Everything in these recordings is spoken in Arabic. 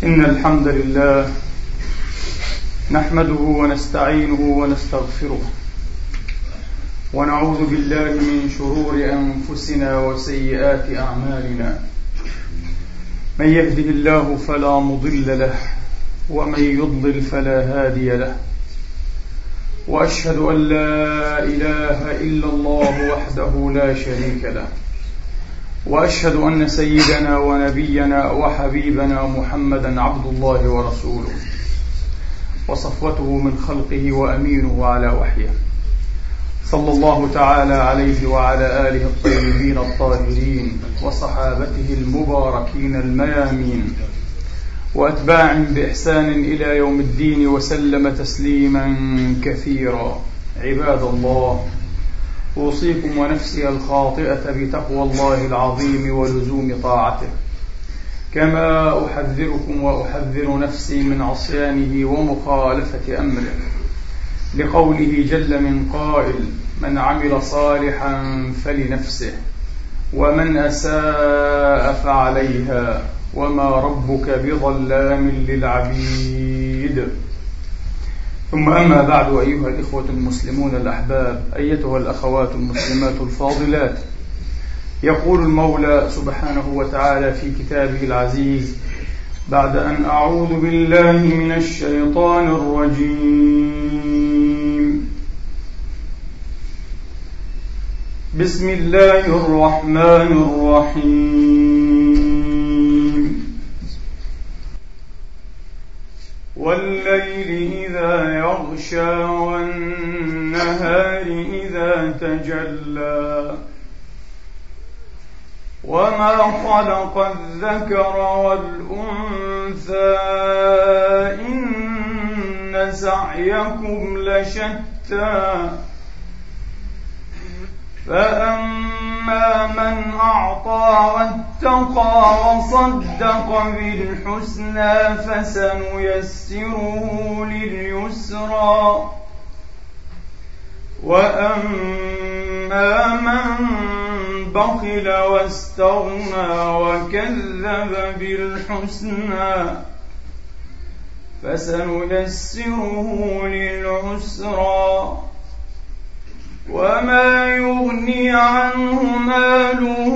إن الحمد لله نحمده ونستعينه ونستغفره ونعوذ بالله من شرور أنفسنا وسيئات أعمالنا. من يهده الله فلا مضل له ومن يضلل فلا هادي له، وأشهد أن لا إله إلا الله وحده لا شريك له، وأشهد أن سيدنا ونبينا وحبيبنا محمدا عبد الله ورسوله وصفوته من خلقه وأمينه على وحيه، صلى الله تعالى عليه وعلى آله الطيبين الطاهرين وصحابته المباركين الميامين وأتباعهم بإحسان إلى يوم الدين وسلم تسليما كثيرا. عباد الله، أوصيكم ونفسي الخاطئة بتقوى الله العظيم ولزوم طاعته، كما أحذركم وأحذر نفسي من عصيانه ومخالفة أمره، لقوله جل من قائل: من عمل صالحا فلنفسه ومن أساء فعليها وما ربك بظلام للعبيد. ثم أما بعد، أيها الإخوة المسلمون الأحباب، أيتها الأخوات المسلمات الفاضلات، يقول المولى سبحانه وتعالى في كتابه العزيز بعد أن أعوذ بالله من الشيطان الرجيم: بسم الله الرحمن الرحيم: والليل إذا يغشى والنهار إذا تجلى وما خلق الذكر والأنثى إن سعيكم لشتى فأما من أعطى واتقى وصدق بالحسنى فسنيسره لليسرى وأما من بخل واستغنى وكذب بالحسنى فسنيسره للعسرى وما يغني عنه ماله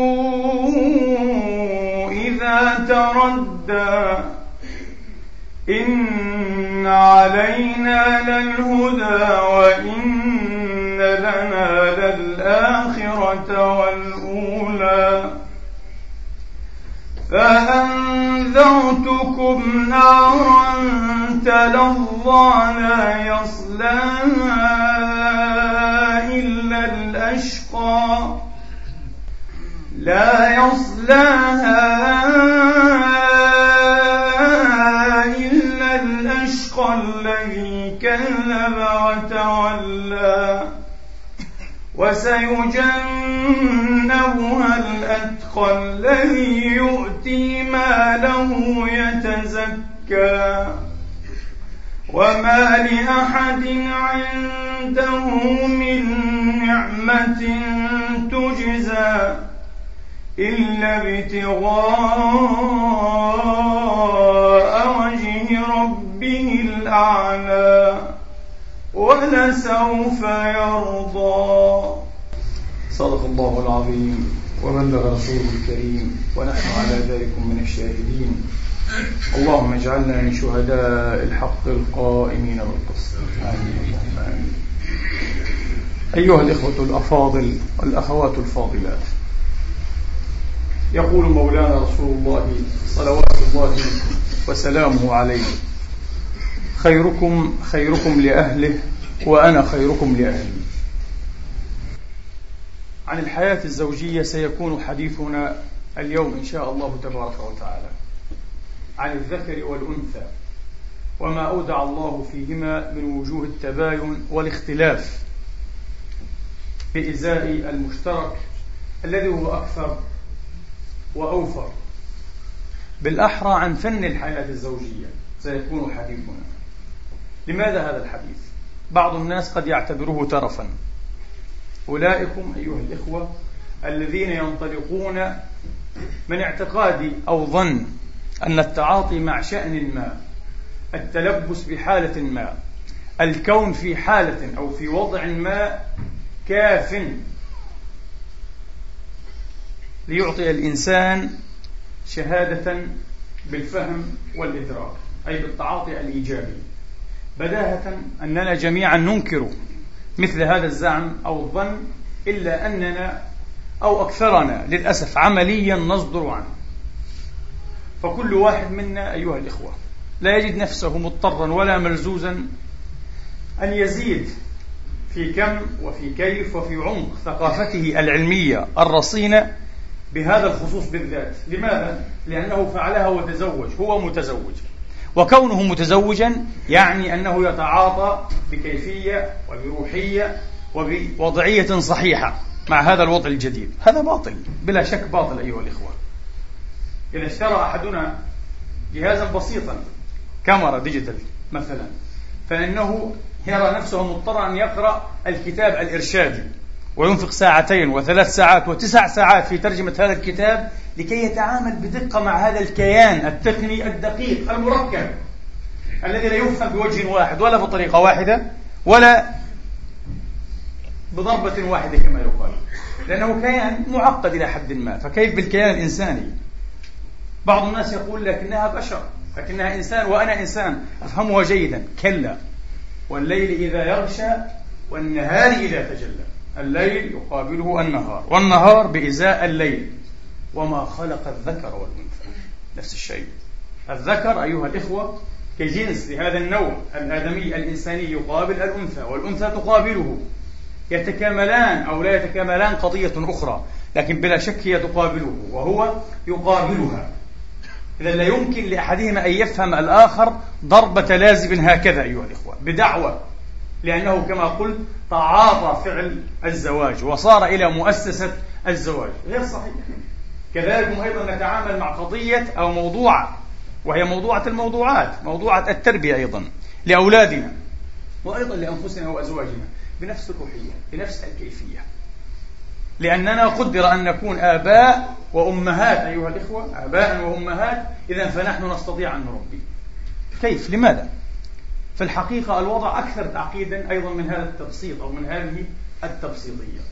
إذا تردى إن علينا للهدى وإن لنا للآخرة والأولى فأنذرتكم نارا تلظى لا يصلاها إلا الأشقى الذي كذب وتولى وسيجنبها الأتقى الذي يؤتي ماله يتزكى وما لأحد عنده من نعمة تجزى إلا ابتغاء وجه ربه الأعلى ولسوف يرضى. صدق الله العظيم وبلغ رسوله الكريم ونحن على ذلك من الشاهدين. اللهم اجعلنا من شهداء الحق القائمين بالقسط. آمين. أيها الإخوة الأفاضل والأخوات الفاضلات، يقول مولانا رسول الله صلوات الله وسلامه عليه: خيركم خيركم لأهله وأنا خيركم لأهلي. عن الحياة الزوجية سيكون حديثنا اليوم إن شاء الله تبارك وتعالى، عن الذكر والأنثى وما أودع الله فيهما من وجوه التباين والاختلاف بإزاء المشترك الذي هو أكثر وأوفر. بالأحرى عن فن الحياة الزوجية سيكون حديثنا. لماذا هذا الحديث؟ بعض الناس قد يعتبره ترفا. أولئكم أيها الإخوة الذين ينطلقون من اعتقاد أو ظن أن التعاطي مع شأن ما، التلبس بحالة ما، الكون في حالة أو في وضع ما كاف ليعطي الإنسان شهادة بالفهم والإدراك، أي بالتعاطي الإيجابي. بداهة أننا جميعا ننكر مثل هذا الزعم أو الظن، إلا أننا أو أكثرنا للأسف عمليا نصدر عنه. فكل واحد منا أيها الإخوة لا يجد نفسه مضطرا ولا ملزوزا أن يزيد في كم وفي كيف وفي عمق ثقافته العلمية الرصينة بهذا الخصوص بالذات. لماذا؟ لأنه فعلها وتزوج، هو متزوج، وكونه متزوجا يعني أنه يتعاطى بكيفية وبروحية وبوضعية صحيحة مع هذا الوضع الجديد. هذا باطل، بلا شك باطل أيها الإخوة. إذا اشترى أحدنا جهازا بسيطا كاميرا ديجيتال مثلا، فإنه يرى نفسه مضطرا أن يقرأ الكتاب الإرشادي وينفق 2 و3 ساعات و9 ساعات في ترجمة هذا الكتاب لكي يتعامل بدقة مع هذا الكيان التقني الدقيق المركب الذي لا يفهم بوجه واحد ولا بطريقة واحدة ولا بضربة واحدة كما يقال، لأنه كيان معقد إلى حد ما. فكيف بالكيان الإنساني؟ بعض الناس يقول لكنها بشر، لكنها إنسان وأنا إنسان أفهمها جيدا. كلا، والليل إذا يغشى والنهار إذا تجلى. الليل يقابله النهار، والنهار بإزاء الليل. وما خلق الذكر والأنثى، نفس الشيء. الذكر أيها الإخوة كجنس لهذا النوع الآدمي الإنساني يقابل الأنثى، والأنثى تقابله. يتكاملان أو لا يتكاملان قضية أخرى، لكن بلا شك هي تقابله وهو يقابلها. إذا لا يمكن لأحدهما أن يفهم الآخر ضربة لازم هكذا أيها الإخوة بدعوة، لأنه كما قلت تعاطى فعل الزواج وصار إلى مؤسسة الزواج. غير صحيح. كذلك أيضا نتعامل مع قضية أو موضوع، وهي موضوعة الموضوعات، موضوعة التربية أيضا لأولادنا وأيضا لأنفسنا وأزواجنا بنفس الروحية بنفس الكيفية، لأننا قدر أن نكون آباء وأمهات أيها الإخوة، آباء وأمهات. إذن فنحن نستطيع أن نربي. كيف؟ لماذا؟ في الحقيقة الوضع أكثر تعقيدا أيضا من هذا التبسيط أو من هذه التبسيطية.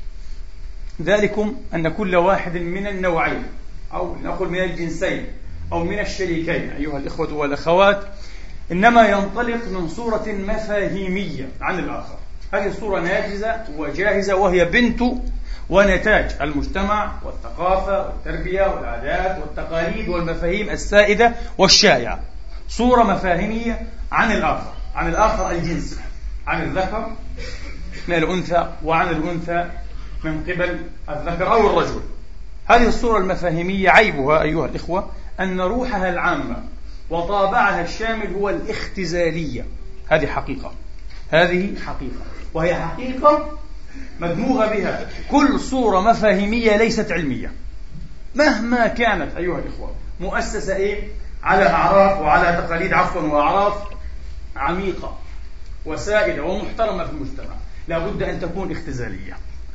ذلكم أن كل واحد من النوعين أو نقول من الجنسين أو من الشريكين أيها الإخوة والأخوات إنما ينطلق من صورة مفاهيمية عن الآخر. هذه الصورة ناجزة وجاهزة، وهي بنت ونتاج المجتمع والثقافة والتربية والعادات والتقاليد والمفاهيم السائدة والشائعة. صورة مفاهيمية عن الآخر، عن الآخر الجنسي، عن الذكر من الأنثى وعن الأنثى من قبل الذكر أو الرجل. هذه الصورة المفاهيمية عيبها أيها الإخوة أن روحها العامة وطابعها الشامل هو الاختزالية. هذه حقيقة، هذه حقيقة، وهي حقيقة مدموغة بها كل صورة مفاهيمية ليست علمية مهما كانت أيها الإخوة مؤسسة على أعراف وعلى تقاليد وأعراف عميقة وسائدة ومحترمة في المجتمع. لا بد أن تكون اختزالية.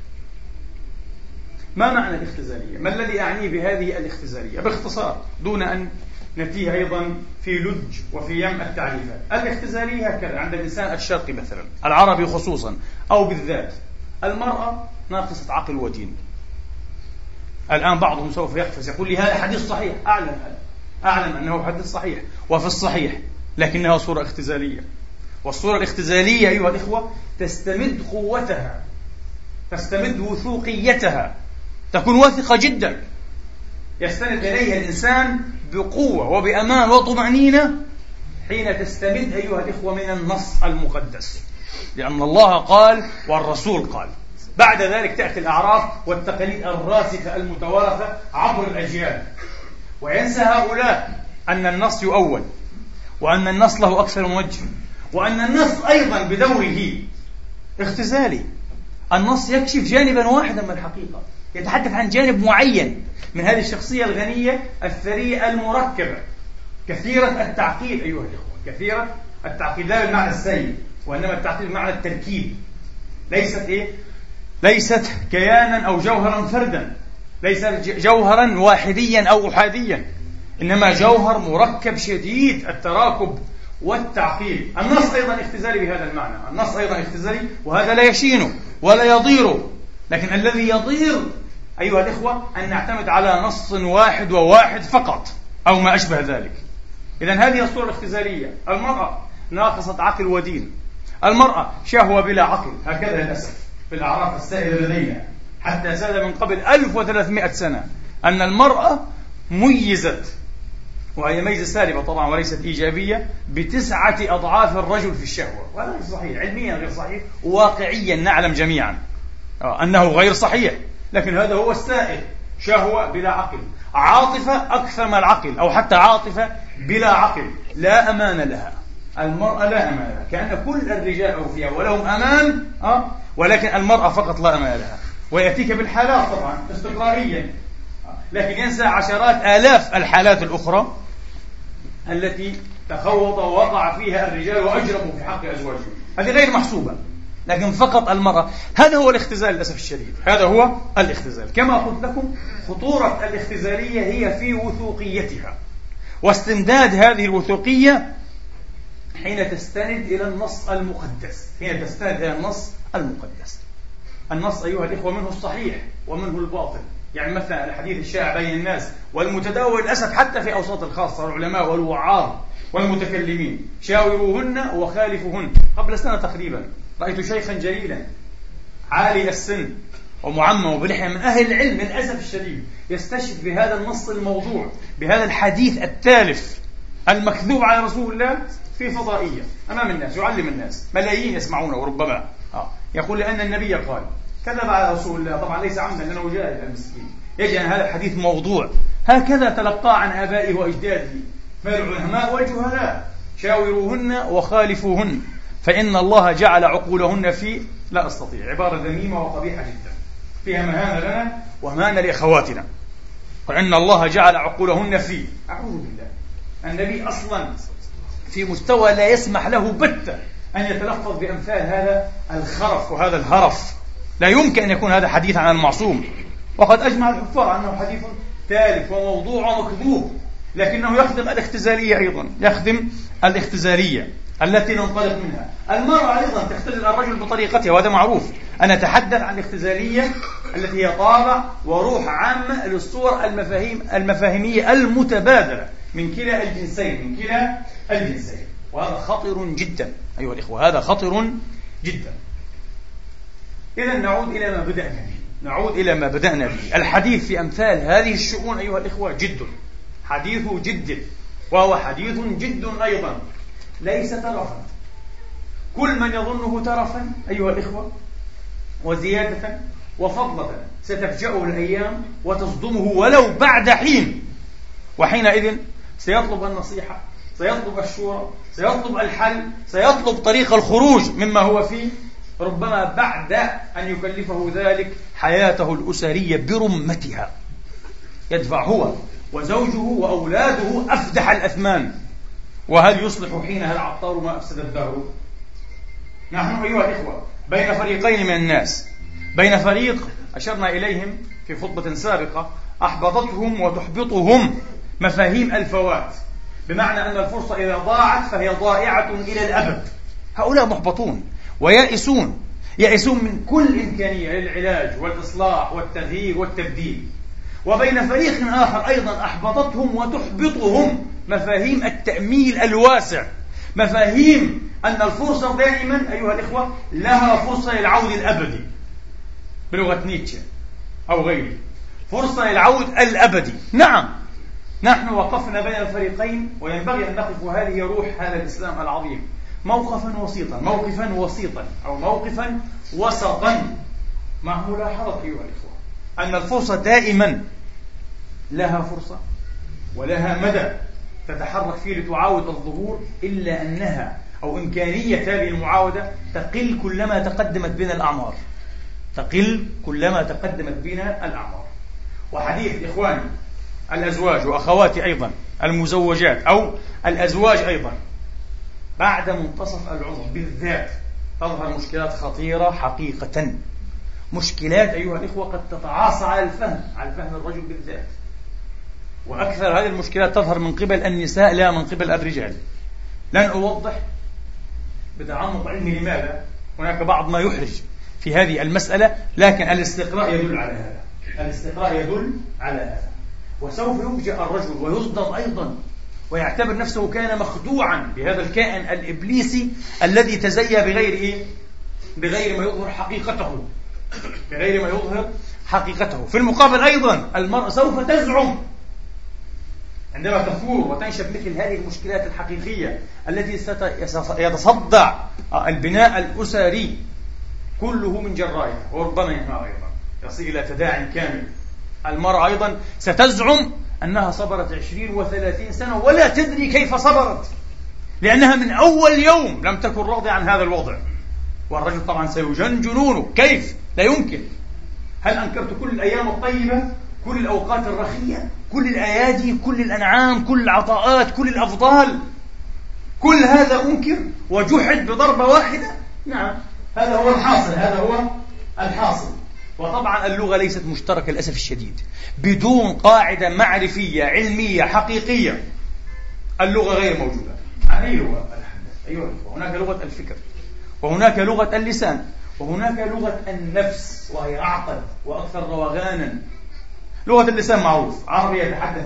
ما معنى الاختزالية؟ ما الذي أعني بهذه الاختزالية؟ باختصار دون أن نتيه أيضا في لج وفي يم التعريفات. الاختزالية هكذا عند الإنسان الشرقي مثلا العربي خصوصا أو بالذات، المرأة ناقصة عقل ودين. الآن بعضهم سوف يقفز يقول لي هذا حديث صحيح. أعلم أنه حديث صحيح وفي الصحيح، لكنها صورة اختزالية. والصورة الاختزالية أيها الإخوة تستمد قوتها، تستمد وثوقيتها، تكون واثقة جدا يستند إليها الإنسان بقوة وبأمان وطمأنينة حين تستمد أيها الإخوة من النص المقدس، لأن الله قال والرسول قال. بعد ذلك تأتي الأعراف والتقاليد الراسخة المتوارثة عبر الأجيال، وينسى هؤلاء أن النص يؤول، وأن النص له أكثر من وجه، وأن النص أيضا بدوره اختزالي. النص يكشف جانبا واحدا من الحقيقة، يتحدث عن جانب معين من هذه الشخصية الغنية الثرية المركبة كثيرة التعقيد أيها الإخوة، كثيرة التعقيد لا بالمعنى السيء، وإنما التعقيد بمعنى التركيب. ليست كيانا أو جوهرا فردا، ليست جوهرا واحديا أو أحاديا، إنما جوهر مركب شديد التراكب والتعقيد. النص أيضا اختزالي بهذا المعنى، النص أيضا اختزالي، وهذا لا يشين ولا يضير. لكن الذي يضير أيها الإخوة أن نعتمد على نص واحد وواحد فقط أو ما أشبه ذلك. إذن هذه الصورة الاختزالية. المرأة ناقصة عقل ودين، المرأة شهوة بلا عقل، هكذا للأسف في الأعراف السائدة لدينا، حتى ساد من قبل 1300 سنة أن المرأة ميزت، وهي ميزة سالبة طبعا وليست إيجابية، ب9 أضعاف الرجل في الشهوة. وهذا غير صحيح، علميا غير صحيح، وواقعيا نعلم جميعا أنه غير صحيح، لكن هذا هو السائد. شهوة بلا عقل، عاطفة أكثر من العقل، أو حتى عاطفة بلا عقل، لا أمان لها. المرأة لا أمان لها، كأن كل الرجال فيها ولهم أمان، ولكن المرأة فقط لا أمان لها. ويأتيك بالحالات طبعا استقراريا، لكن ينسى عشرات آلاف الحالات الأخرى التي تخوض ووقع فيها الرجال وأجرموا في حق أزواجهم، هذه غير محسوبة. لكن فقط المرأة، هذا هو الاختزال للأسف الشديد، هذا هو الاختزال. كما قلت لكم خطورة الاختزالية هي في وثوقيتها، واستمداد هذه الوثوقية حين تستند إلى النص المقدس، حين تستند إلى النص المقدس. النص أيها الإخوة منه الصحيح ومنه الباطل. يعني مثلا الحديث الشائع بين الناس والمتداول للأسف حتى في أوساط الخاصة والعلماء والوعاظ والمتكلمين: شاوروهن وخالفوهن. قبل سنة تقريبا رأيت شيخا جليلا عالي السن ومعمم بلحية من أهل العلم للأسف الشديد يستشهد بهذا النص الموضوع، بهذا الحديث التالف المكذوب على رسول الله في فضائية أمام الناس، يعلم الناس، ملايين يسمعونه وربما يقول لأن النبي قال كذب على رسول الله. طبعا ليس عمدا لأنه جاهل المسكين، يجي أن هذا الحديث موضوع، هكذا تلقى عن آبائه وأجداده فالعلماء والجهلاء: شاوروهن وخالفوهن فإن الله جعل عقولهن في، لا أستطيع، عبارة ذميمة وقبيحة جدا فيها مهانة لنا ومهانة لأخواتنا. وإن الله جعل عقولهن في، أعوذ بالله. النبي أصلا في مستوى لا يسمح له بتة أن يتلفظ بأمثال هذا الخرف وهذا الهرف. لا يمكن أن يكون هذا حديث عن المعصوم، وقد أجمع الحفاظ أنه حديث تالف وموضوع ومكذوب، لكنه يخدم الاختزالية أيضا، يخدم الاختزالية التي ننطلق منها. المرأة أيضا تختزل الرجل بطريقتها، وهذا معروف. أنا أتحدث عن الاختزالية التي هي طابع وروح عامة للصور المفاهيمية المتبادلة من كلا الجنسين، وهذا خطر جدا أيها الإخوة، هذا خطر جدا. إذن نعود إلى ما بدأنا به. الحديث في أمثال هذه الشؤون أيها الإخوة جد، حديث جد، وهو حديث جد أيضا، ليس ترفا. كل من يظنه ترفا أيها الإخوة وزيادة وفضلة ستفجأه الأيام وتصدمه ولو بعد حين، وحينئذ سيطلب النصيحة، سيطلب الشورى، سيطلب الحل، سيطلب طريق الخروج مما هو فيه، ربما بعد أن يكلفه ذلك حياته الأسرية برمتها. يدفع هو وزوجه وأولاده أفدح الأثمان. وهل يصلح حينها العطار ما أفسد الدهر؟ نحن أيها الإخوة بين فريقين من الناس، بين فريق أشرنا إليهم في خطبة سابقة أحبطتهم وتحبطهم مفاهيم الفوات، بمعنى أن الفرصة إذا ضاعت فهي ضائعة إلى الأبد. هؤلاء محبطون ويائسون، يائسون من كل إمكانية للعلاج والإصلاح والتغيير والتبديل. وبين فريق آخر أيضا أحبطتهم وتحبطهم مفاهيم التأميل الواسع، مفاهيم أن الفرصة دائما أيها الإخوة لها فرصة للعود الأبدي، بلغة نيتشه أو غيره، فرصة للعود الأبدي. نعم، نحن وقفنا بين الفريقين، وينبغي أن نقف، وهذه روح هذا الإسلام العظيم، موقفا وسيطا أو موقفا وسطا، مع ملاحظة أيها الإخوة أن الفرصة دائما لها فرصة ولها مدى تتحرك فيه لتعاود الظهور، إلا أنها أو إمكانية هذه المعاودة تقل كلما تقدمت بنا الأعمار. وحديث إخواني الأزواج وأخواتي أيضا المزوجات أو الأزواج أيضا، بعد منتصف العمر بالذات تظهر مشكلات خطيرة حقيقة، مشكلات أيها الإخوة قد تتعاصى على الفهم الرجل بالذات. وأكثر هذه المشكلات تظهر من قبل النساء لا من قبل الرجال. لن أوضح بتعمق علمي لماذا، هناك بعض ما يحرج في هذه المسألة، لكن الاستقراء يدل على هذا، الاستقراء يدل على هذا. وسوف يفجأ الرجل ويصدم أيضا ويعتبر نفسه كان مخدوعا بهذا الكائن الإبليسي الذي تزيى بغير ما يظهر حقيقته، بغير ما يظهر حقيقته. في المقابل أيضا المرأة سوف تزعم عندما تثور وتنشب مثل هذه المشكلات الحقيقية التي يتصدع البناء الأسري كله من جرائها، وربما ينهى أيضا يصل إلى تداعي كامل. المرأة أيضا ستزعم أنها صبرت 20 و30 سنة ولا تدري كيف صبرت، لأنها من أول يوم لم تكن راضية عن هذا الوضع. والرجل طبعا سيجن جنونه، كيف؟ لا يمكن. هل أنكرت كل الأيام الطيبة، كل الأوقات الرخية، كل الأيادي، كل الأنعام، كل العطاءات، كل الأفضال؟ كل هذا أنكر وجحد بضربة واحدة؟ نعم، هذا هو الحاصل، هذا هو الحاصل. وطبعا اللغة ليست مشتركة للأسف الشديد. بدون قاعدة معرفية علمية حقيقية اللغة غير موجودة. عن أي لغة أتحدث؟ أيها الأخوة، هناك لغة الفكر، وهناك لغة اللسان، وهناك لغة النفس وهي أعقد وأكثر روغانا. لغة اللسان معروف، عربي يتحدث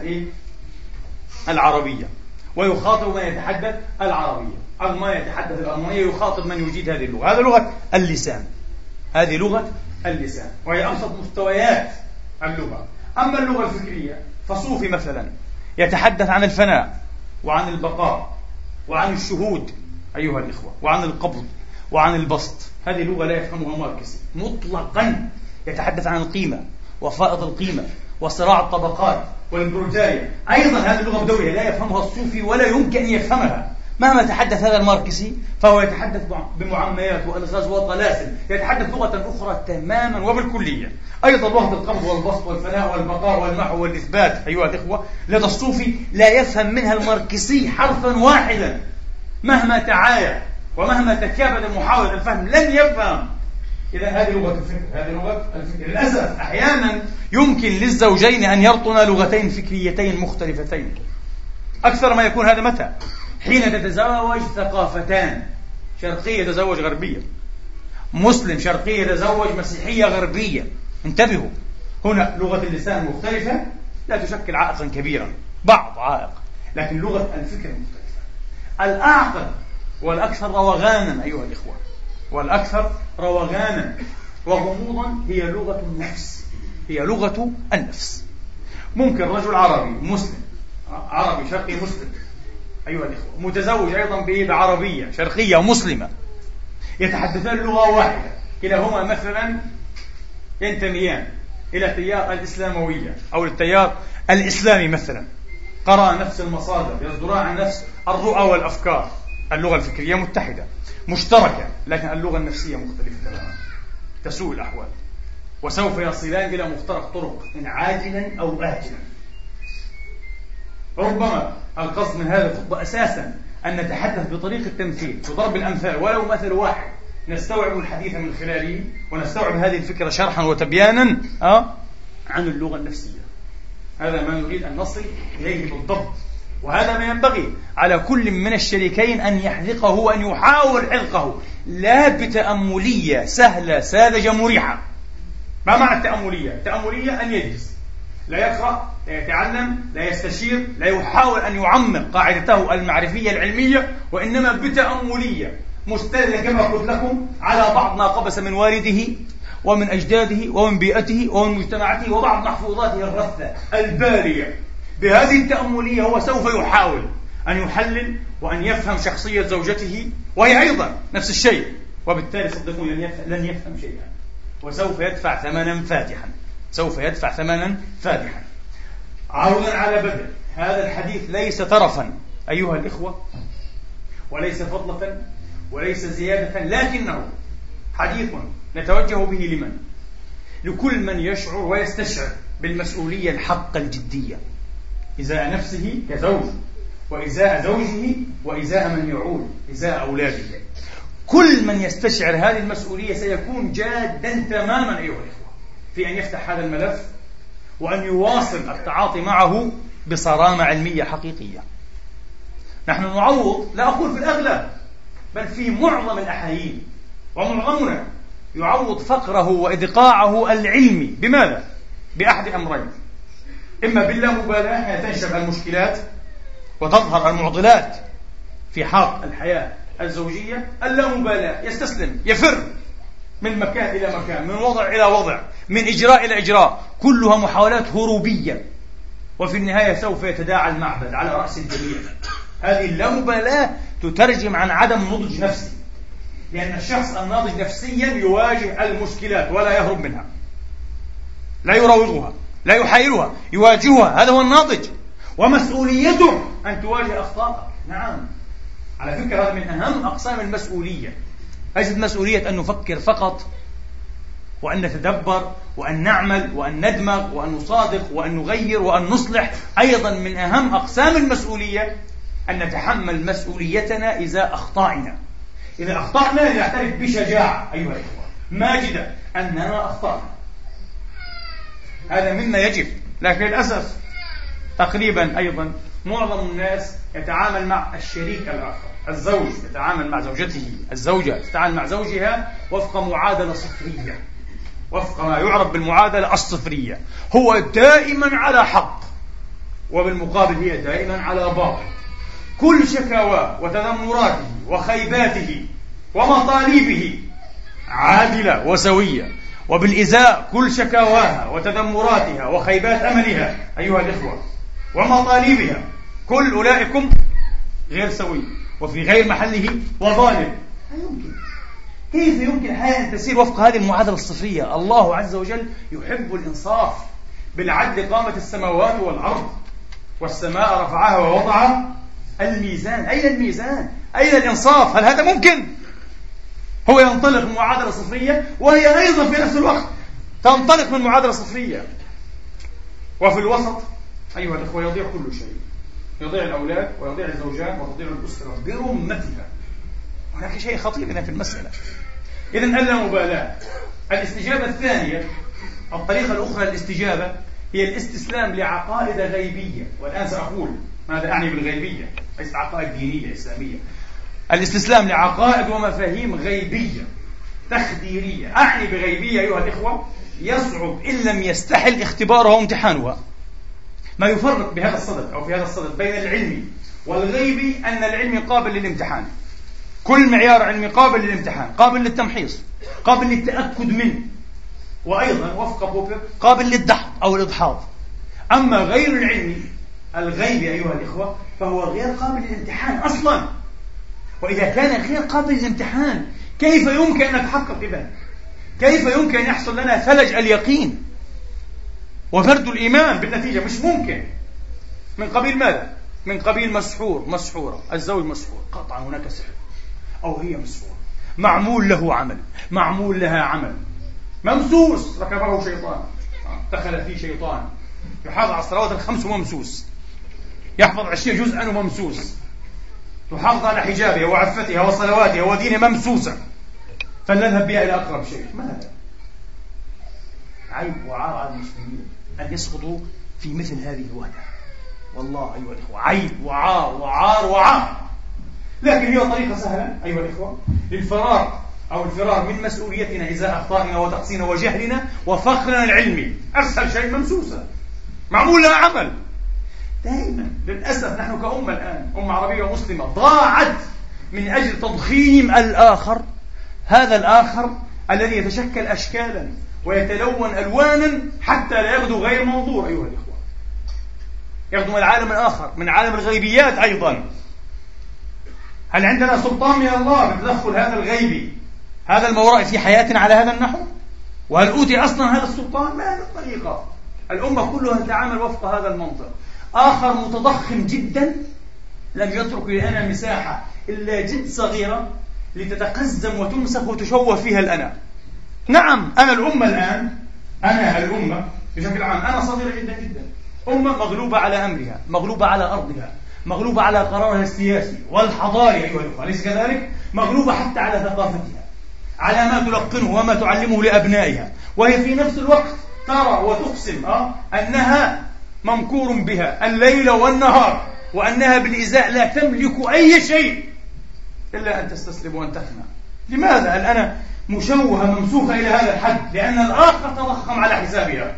العربية ويخاطب من يتحدث العربية، ألماني يتحدث الألمانية يخاطب من يجيد هذه اللغة. هذا لغة اللسان، هذه لغة اللسان، وهي أبسط مستويات اللغة. أما اللغة الفكرية فصوفي مثلا يتحدث عن الفناء وعن البقاء وعن الشهود أيها الإخوة، وعن القبض وعن البسط. هذه لغة لا يفهمها ماركسي مطلقا. يتحدث عن القيمة وفائض القيمة وصراع الطبقات والبروليتاريا. أيضا هذه اللغة بدوية لا يفهمها الصوفي ولا يمكن أن يفهمها. مهما تحدث هذا الماركسي فهو يتحدث بمعميات وألغاز وطلاسم، يتحدث لغة أخرى تماما وبالكلية. أيضا لغة القبض والبسط والفناء والبقاء والمحو والإثبات أيها الإخوة، لدى الصوفي لا يفهم منها الماركسي حرفا واحدا، مهما تعايا ومهما تكابد محاولة الفهم لن يفهم. إذا هذه لغة الفكر، هذه لغة الفكر. للأسف أحيانا يمكن للزوجين أن يرطنا لغتين فكريتين مختلفتين. أكثر ما يكون هذا متى؟ حين تتزوج ثقافتان، شرقية تزوج غربية، مسلم شرقية تزوج مسيحية غربية. انتبهوا، هنا لغة اللسان مختلفة لا تشكل عائقا كبيرا، بعض عائق، لكن لغة الفكر مختلفة. الأعقد والأكثر روغانا أيها الإخوة، والأكثر روغانا وغموضا هي لغة النفس، هي لغة النفس. ممكن رجل عربي مسلم، عربي شرقي مسلم أيها الإخوة، متزوج أيضا بعربية شرقية مسلمة، يتحدثان لغة واحدة، كلاهما مثلا ينتميان إلى التيار الإسلاموية أو التيار الإسلامي مثلا، قرأ نفس المصادر، يصدران عن نفس الرؤى والأفكار. اللغة الفكرية متحدة مشتركة، لكن اللغة النفسية مختلفة تماما، تسوء الأحوال، وسوف يصلان إلى مفترق طرق إن عاجلا أو آجلا. ربما القصد من هذا الخطبة أساسا أن نتحدث بطريقة التمثيل، بضرب الأمثال، ولو مثل واحد نستوعب الحديث من خلاله ونستوعب هذه الفكرة شرحا وتبيانا عن اللغة النفسية. هذا ما نريد أن نصل إليه بالضبط، وهذا ما ينبغي على كل من الشريكين أن يحذقه وأن يحاول حذقه، لا بتأملية سهلة ساذجة مريحة. ما معنى التأملية؟ التأملية أن يجلس لا يقرأ، لا يتعلم، لا يستشير، لا يحاول أن يعمق قاعدته المعرفية العلمية، وإنما بتأملية مستندة كما قلت لكم على بعض ما قبس من والده ومن أجداده ومن بيئته ومن مجتمعاته وبعض محفوظاته الرثة البارية. بهذه التأملية هو سوف يحاول أن يحلل وأن يفهم شخصية زوجته، وهي أيضا نفس الشيء، وبالتالي صدقوني لن يفهم شيئا، وسوف يدفع ثمنا فادحا، سوف يدفع ثمنا فادحا. عودا على بدء هذا الحديث ليس ترفا أيها الإخوة، وليس فضلة وليس زيادة، لكنه حديث نتوجه به لمن؟ لكل من يشعر ويستشعر بالمسؤولية الحقة الجدية إزاء نفسه كزوج، وإزاء زوجه، وإزاء من يعول، إزاء أولاده. كل من يستشعر هذه المسؤولية سيكون جادا تماما أيها الإخوة في أن يفتح هذا الملف وأن يواصل التعاطي معه بصرامة علمية حقيقية. نحن نعوض، لا أقول في الأغلب، بل في معظم الأحايين، ومعظمنا يعوض فقره وإدقاعه العلمي بماذا؟ بأحد أمرين: إما باللامبالاة حين تنشب المشكلات وتظهر المعضلات في حق الحياة الزوجية، اللامبالاة، يستسلم، يفر من مكان إلى مكان، من وضع إلى وضع، من إجراء إلى إجراء، كلها محاولات هروبية، وفي النهاية سوف يتداعى المعبد على رأس الجميع. هذه اللامبالاة تترجم عن عدم نضج نفسي، لأن الشخص الناضج نفسيا يواجه المشكلات ولا يهرب منها، لا يراوغها، لا يحايلها، يواجهها. هذا هو الناضج، ومسؤوليته أن تواجه أخطائك. نعم، على فكرة هذا من أهم أقسام المسؤولية. ليست مسؤولية أن نفكر فقط وأن نتدبر وأن نعمل وأن ندمغ وأن نصادق وأن نغير وأن نصلح. أيضا من أهم أقسام المسؤولية أن نتحمل مسؤوليتنا إذا أخطأنا. إذا أخطأنا نعترف بشجاعة أيها الأخوة ماجدة أننا أخطأنا. هذا مما يجب. لكن للأسف تقريبا أيضا معظم الناس يتعامل مع الشريك الآخر، الزوج يتعامل مع زوجته، الزوجة تتعامل مع زوجها وفق معادلة صفرية، وفق ما يعرف بالمعادلة الصفرية. هو دائما على حق، وبالمقابل هي دائما على باطل. كل شكاواه وتذمراته وخيباته ومطالبه عادلة وسوية، وبالإزاء كل شكاواها وتذمراتها وخيبات أملها أيها الإخوة ومطالبها، كل أولئكم غير سوي وفي غير محله وظالم. لا يمكن. كيف يمكن الحياة أن تسير وفق هذه المعادلة الصفرية؟ الله عز وجل يحب الإنصاف. بالعدل قامت السماوات والأرض، والسماء رفعها ووضع الميزان. أين الميزان؟ أين الإنصاف؟ هل هذا ممكن؟ هو ينطلق من معادلة صفرية، وهي أيضا في نفس الوقت تنطلق من معادلة صفرية، وفي الوسط أيها الأخوة يضيع كل شيء. يضيع الأولاد ويضيع الزوجات وتضيع الأسرة برمتها. هناك شيء خطير هنا في المسألة. إذن اللامبالاة. الاستجابة الثانية، الطريقة الأخرى للاستجابة، هي الاستسلام لعقائد غيبية. والآن سأقول ماذا أعني بالغيبية، ليست عقائد دينية إسلامية. الاستسلام لعقائد ومفاهيم غيبية تخديرية. أعني بغيبية أيها الإخوة يصعب إن لم يستحل اختبارها وامتحانها. ما يفرق بهذا الصدد أو في هذا الصدد بين العلمي والغيبي أن العلم قابل للامتحان. كل معيار علمي قابل للامتحان، قابل للتمحيص، قابل للتأكد منه، وأيضا وفق بوبر قابل للدحض أو الإدحاض. أما غير العلمي الغيبي أيها الإخوة فهو غير قابل للامتحان أصلا. وإذا كان غير قابل للامتحان كيف يمكن أن نتحقق إذن؟ كيف يمكن أن يحصل لنا ثلج اليقين وفرد الإيمان بالنتيجة؟ مش ممكن. من قبيل ماذا؟ من قبيل مسحور، مسحورة، الزوج مسحور، قطعا هناك سحر، أو هي مسحورة، معمول له عمل، معمول لها عمل، ممسوس، ركبه شيطان، دخل فيه شيطان، يحافظ على الصلوات الخمس وممسوس، يحفظ 20 جزءا وممسوس، تحافظ على حجابها وعفتها وصلواتها ودينها ممسوسة، فلنذهب بها إلى أقرب شيء. ما هذا؟ عيب وعار على المسلمين أن يسقطوا في مثل هذه الوهدة. والله أيها الإخوة عيب وعار وعار وعار. لكن هي طريقة سهلة أيها الإخوة للفرار أو الفرار من مسؤوليتنا إذا أخطائنا وتقصينا وجهلنا وفقرنا العلمي. أسهل شيء ممسوسة، معمول لها عمل. دائما للأسف نحن كأمة الآن أمة عربية ومسلمة ضاعت من أجل تضخيم الآخر، هذا الآخر الذي يتشكل أشكالا ويتلون ألوانا حتى لا يبدو غير منظور. أيها الإخوة يبدو من العالم الآخر، من عالم الغيبيات أيضا. هل عندنا سلطان من الله بتدخل هذا الغيبي، هذا المورائي في حياتنا على هذا النحو؟ وهل أوتي أصلا هذا السلطان؟ ما هذه الطريقة. الأمة كلها تتعامل وفق هذا المنطق. آخر متضخم جدا لم يترك لنا مساحة إلا جد صغيرة لتتقزم وتمسك وتشوه فيها الأنا. نعم أنا الأمة الآن، أنا الأمة بشكل عام أنا صغيرة جدا جدا، أمة مغلوبة على أمرها، مغلوبة على أرضها، مغلوبة على قرارها السياسي والحضاري أيها الأخوة، أليس كذلك؟ مغلوبة حتى على ثقافتها، على ما تلقنه وما تعلمه لأبنائها، وهي في نفس الوقت ترى وتقسم أنها ممكور بها الليل والنهار، وأنها بالإزاء لا تملك أي شيء إلا أن تستسلم وأن تفنى. لماذا؟ هل أنا مشوهة ممسوخة إلى هذا الحد؟ لأن الآخر تضخم على حسابها.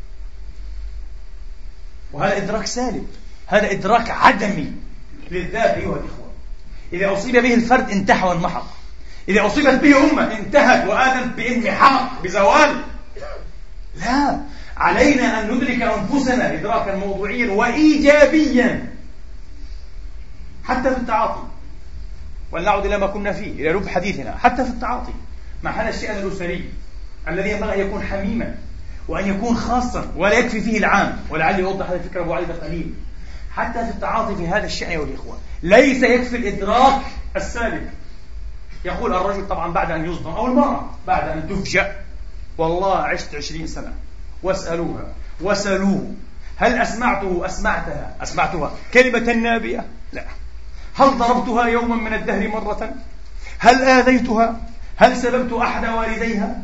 وهذا إدراك سالب، هذا إدراك عدمي للذات أيها الإخوة. إذا أصيب به الفرد انتحى وانمحق، إذا أصيبت به أمة انتهت وآذنت بانمحاق بزوال. لا، علينا أن ندرك أنفسنا إدراكا موضوعيا وإيجابيا حتى في التعاطي. ولنعود إلى ما كنا فيه، إلى لب حديثنا. حتى في التعاطي مع هذا الشأن الأسري الذي ينبغي أن يكون حميما وأن يكون خاصا ولا يكفي فيه العام، ولعلي أوضح هذه الفكرة بعيدة قليل. حتى في التعاطي في هذا الشأن يا الإخوة ليس يكفي الإدراك السالب. يقول الرجل طبعا بعد أن يصدم، أو المرأة بعد أن تفجأ: والله عشت 20 سنة، واسألوها وسألوه هل أسمعتها كلمة نابية؟ لا. هل ضربتها يوما من الدهر مرة؟ هل آذيتها؟ هل سببت أحد والديها؟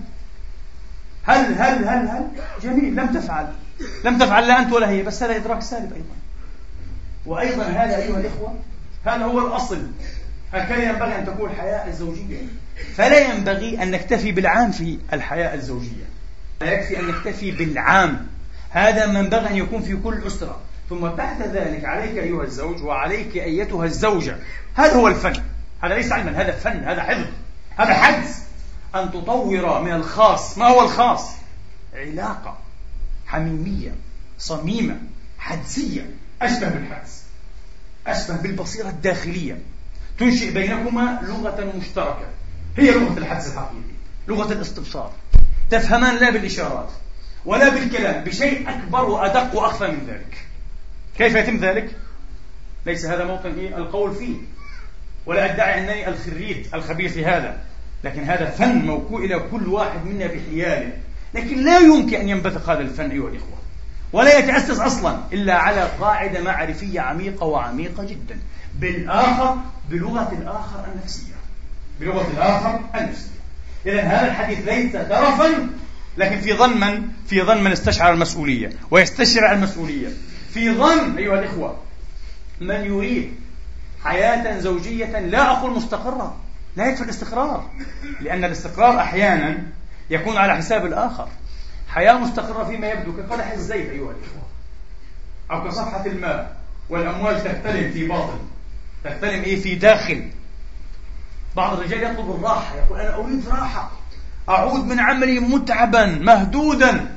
هل جميل، لم تفعل لا أنت ولا هي، بس هذا إدراك سالب أيضا. وأيضا هذا أيها الإخوة هذا هو الأصل. هكذا ينبغي أن تكون الحياة الزوجية. فلا ينبغي أن نكتفي بالعام في الحياة الزوجية، لا يكفي أن نكتفي بالعام، هذا ما ينبغي أن يكون في كل أسرة. ثم بعد ذلك عليك أيها الزوج وعليك أيتها الزوجة، هذا هو الفن. هذا ليس علما، هذا فن، هذا حفظ، هذا حدس. أن تطور من الخاص. ما هو الخاص؟ علاقة حميمية صميمة حدسية، أشبه بالحدس، أشبه بالبصيرة الداخلية، تنشئ بينكما لغة مشتركة، هي لغة الحدس الحقيقي، لغة الاستبصار. تفهمان لا بالإشارات ولا بالكلام، بشيء أكبر وأدق وأخفى من ذلك. كيف يتم ذلك؟ ليس هذا موطن القول فيه، ولا أدعي أنني الخريج الخبير في هذا، لكن هذا فن موكول إلى كل واحد منا بحياله. لكن لا يمكن أن ينبثق هذا الفن أيها الإخوة، ولا يتأسس أصلا إلا على قاعدة معرفية عميقة وعميقة جدا بالآخر، بلغة الآخر النفسية، بلغة الآخر النفسية. إذن هذا الحديث ليس ترفا، لكن في ظن من استشعر المسؤولية ويستشعر المسؤولية، في ظن أيها الإخوة من يريد حياة زوجية لا أقول مستقرة، لا يكفي الاستقرار، لأن الاستقرار أحيانا يكون على حساب الآخر. حياة مستقرة فيما يبدو كقدح الزيت أيها الإخوة، أو كصفحة الماء، والأمواج تختلم في باطن، تختلم في داخل. بعض الرجال يطلب الراحة، يقول أنا أريد راحة، أعود من عملي متعبا مهدودا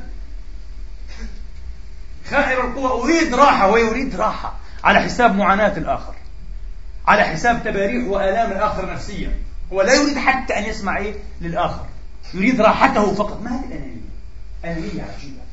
خائر القوى، أريد راحة، ويريد راحة على حساب معاناة الآخر، على حساب تباريح وآلام الآخر نفسيا. هو لا يريد حتى أن يسمع للآخر، يريد راحته فقط. ما هذه الأنانية؟ أنانية عجيبة.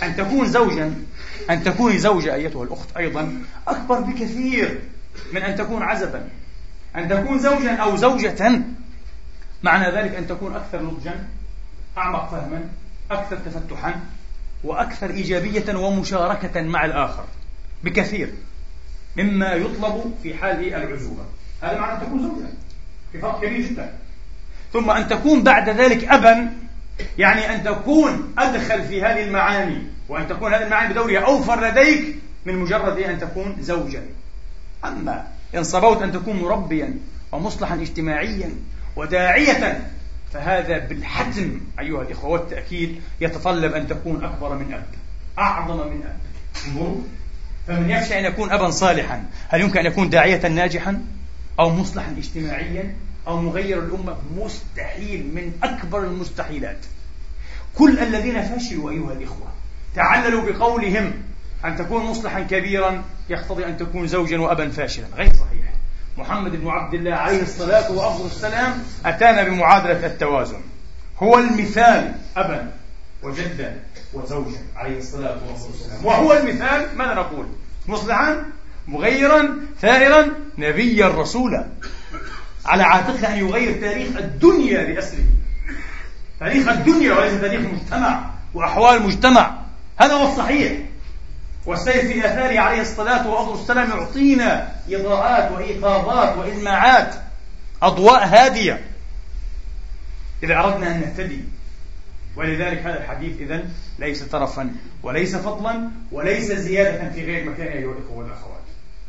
أن تكوني زوجة أيتها الأخت أيضا أكبر بكثير من أن تكون عزبا. أن تكون زوجا أو زوجة معنى ذلك أن تكون أكثر نضجا، أعمق فهما، أكثر تفتحا، وأكثر إيجابية ومشاركة مع الآخر بكثير مما يطلب في حال العزوبة. هذا معنى أن تكون زوجا، في فرق كبير جدا. ثم أن تكون بعد ذلك أبا، يعني أن تكون أدخل في هذه المعاني، وأن تكون هذه المعاني بدورها أوفر لديك من مجرد أن تكون زوجا. أما إن صبوت أن تكون مربيا ومصلحا اجتماعيا وداعية، فهذا بالحتم أيها الإخوة والتأكيد يتطلب أن تكون أكبر من أب، أعظم من أب. فمن يخشى أن يكون أبا صالحا، هل يمكن أن يكون داعية ناجحا أو مصلحا اجتماعيا أو مغير الأمة؟ مستحيل، من أكبر المستحيلات. كل الذين فشلوا أيها الإخوة تعللوا بقولهم أن تكون مصلحا كبيرا يقتضي أن تكون زوجا وأبا فاشلا. غير صحيح. محمد بن عبد الله عليه الصلاة والسلام أتانا بمعادلة التوازن، هو المثال أبا وجدا وزوجا عليه الصلاة والسلام، وهو المثال ماذا نقول؟ مصلحا، مغيرا، ثائرا، نبيا، رسولا، على عاتقه أن يغير تاريخ الدنيا بأسره، تاريخ الدنيا وليس تاريخ مجتمع وأحوال مجتمع. هذا هو الصحيح. والسير في آثاره عليه الصلاة والسلام يعطينا إضاءات وإيقاظات وإلماعات، أضواء هادية إذا أردنا أن نهتدي. ولذلك هذا الحديث إذن ليس ترفا وليس فضلا وليس زيادة في غير مكان أيها الإخوة والأخوات.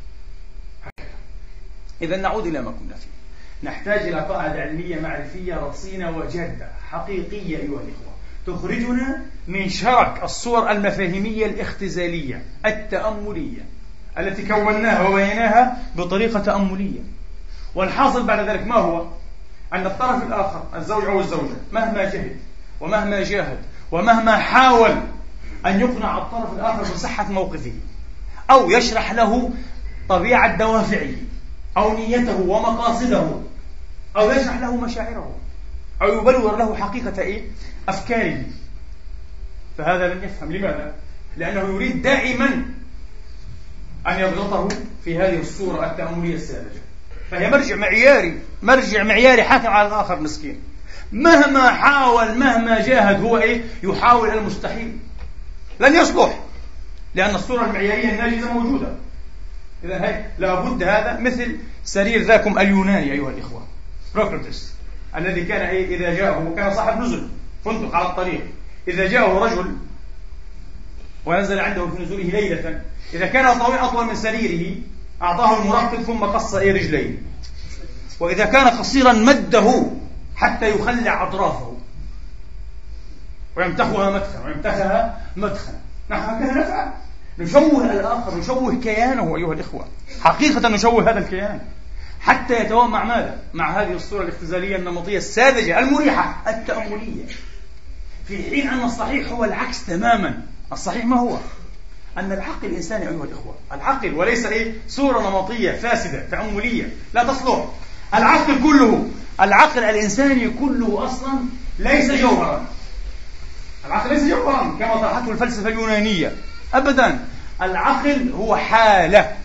إذن نعود إلى ما كنا فيه. نحتاج إلى قاعدة علمية معرفية رصينة وجادة حقيقية أيها الإخوة تخرجنا من شرك الصور المفاهيمية الاختزالية التأملية التي كوناها وبيناها بطريقة تأملية. والحاصل بعد ذلك ما هو؟ أن الطرف الآخر الزوج أو الزوجة مهما جهد ومهما جاهد ومهما حاول أن يقنع الطرف الآخر بصحة موقفه أو يشرح له طبيعة دوافعه أو نيته ومقاصده أو يشرح له مشاعره أو يبلور له حقيقة أفكاره، فهذا لن يفهم. لماذا؟ لأنه يريد دائما أن يضغطه في هذه الصورة التأملية الساذجة، فهي مرجع معياري حاكم على الآخر مسكين. مهما حاول مهما جاهد هو يحاول المستحيل، لن يصلح، لأن الصورة المعيارية الناجزة موجودة. إذن لابد هذا مثل سرير ذاكم اليوناني أيها الإخوة سقراطس الذي كان إذا جاءه كان صاحب نزل فندق على الطريق، إذا جاءه رجل ونزل عنده في نزوله ليلة، إذا كان طويل أطول من سريره أعطاه المرقد ثم قص رجليه، وإذا كان قصيرا مده حتى يخلع أطرافه ويمتخها مدخنا. نحن هكذا نفعل، نشوه الآخر، نشوه كيانه أيها الإخوة، حقيقة نشوه هذا الكيان حتى يتوائم مع ماذا؟ مع هذه الصورة الاختزالية النمطية الساذجة المريحة التأملية، في حين أن الصحيح هو العكس تماما. الصحيح ما هو؟ أن العقل الإنساني أيها الإخوة، العقل وليس صورة نمطية فاسدة تأملية لا تصلح. العقل كله، العقل الإنساني كله أصلا ليس جوهرا. العقل ليس جوهرا كما طرحته الفلسفة اليونانية أبدا. العقل هو حالة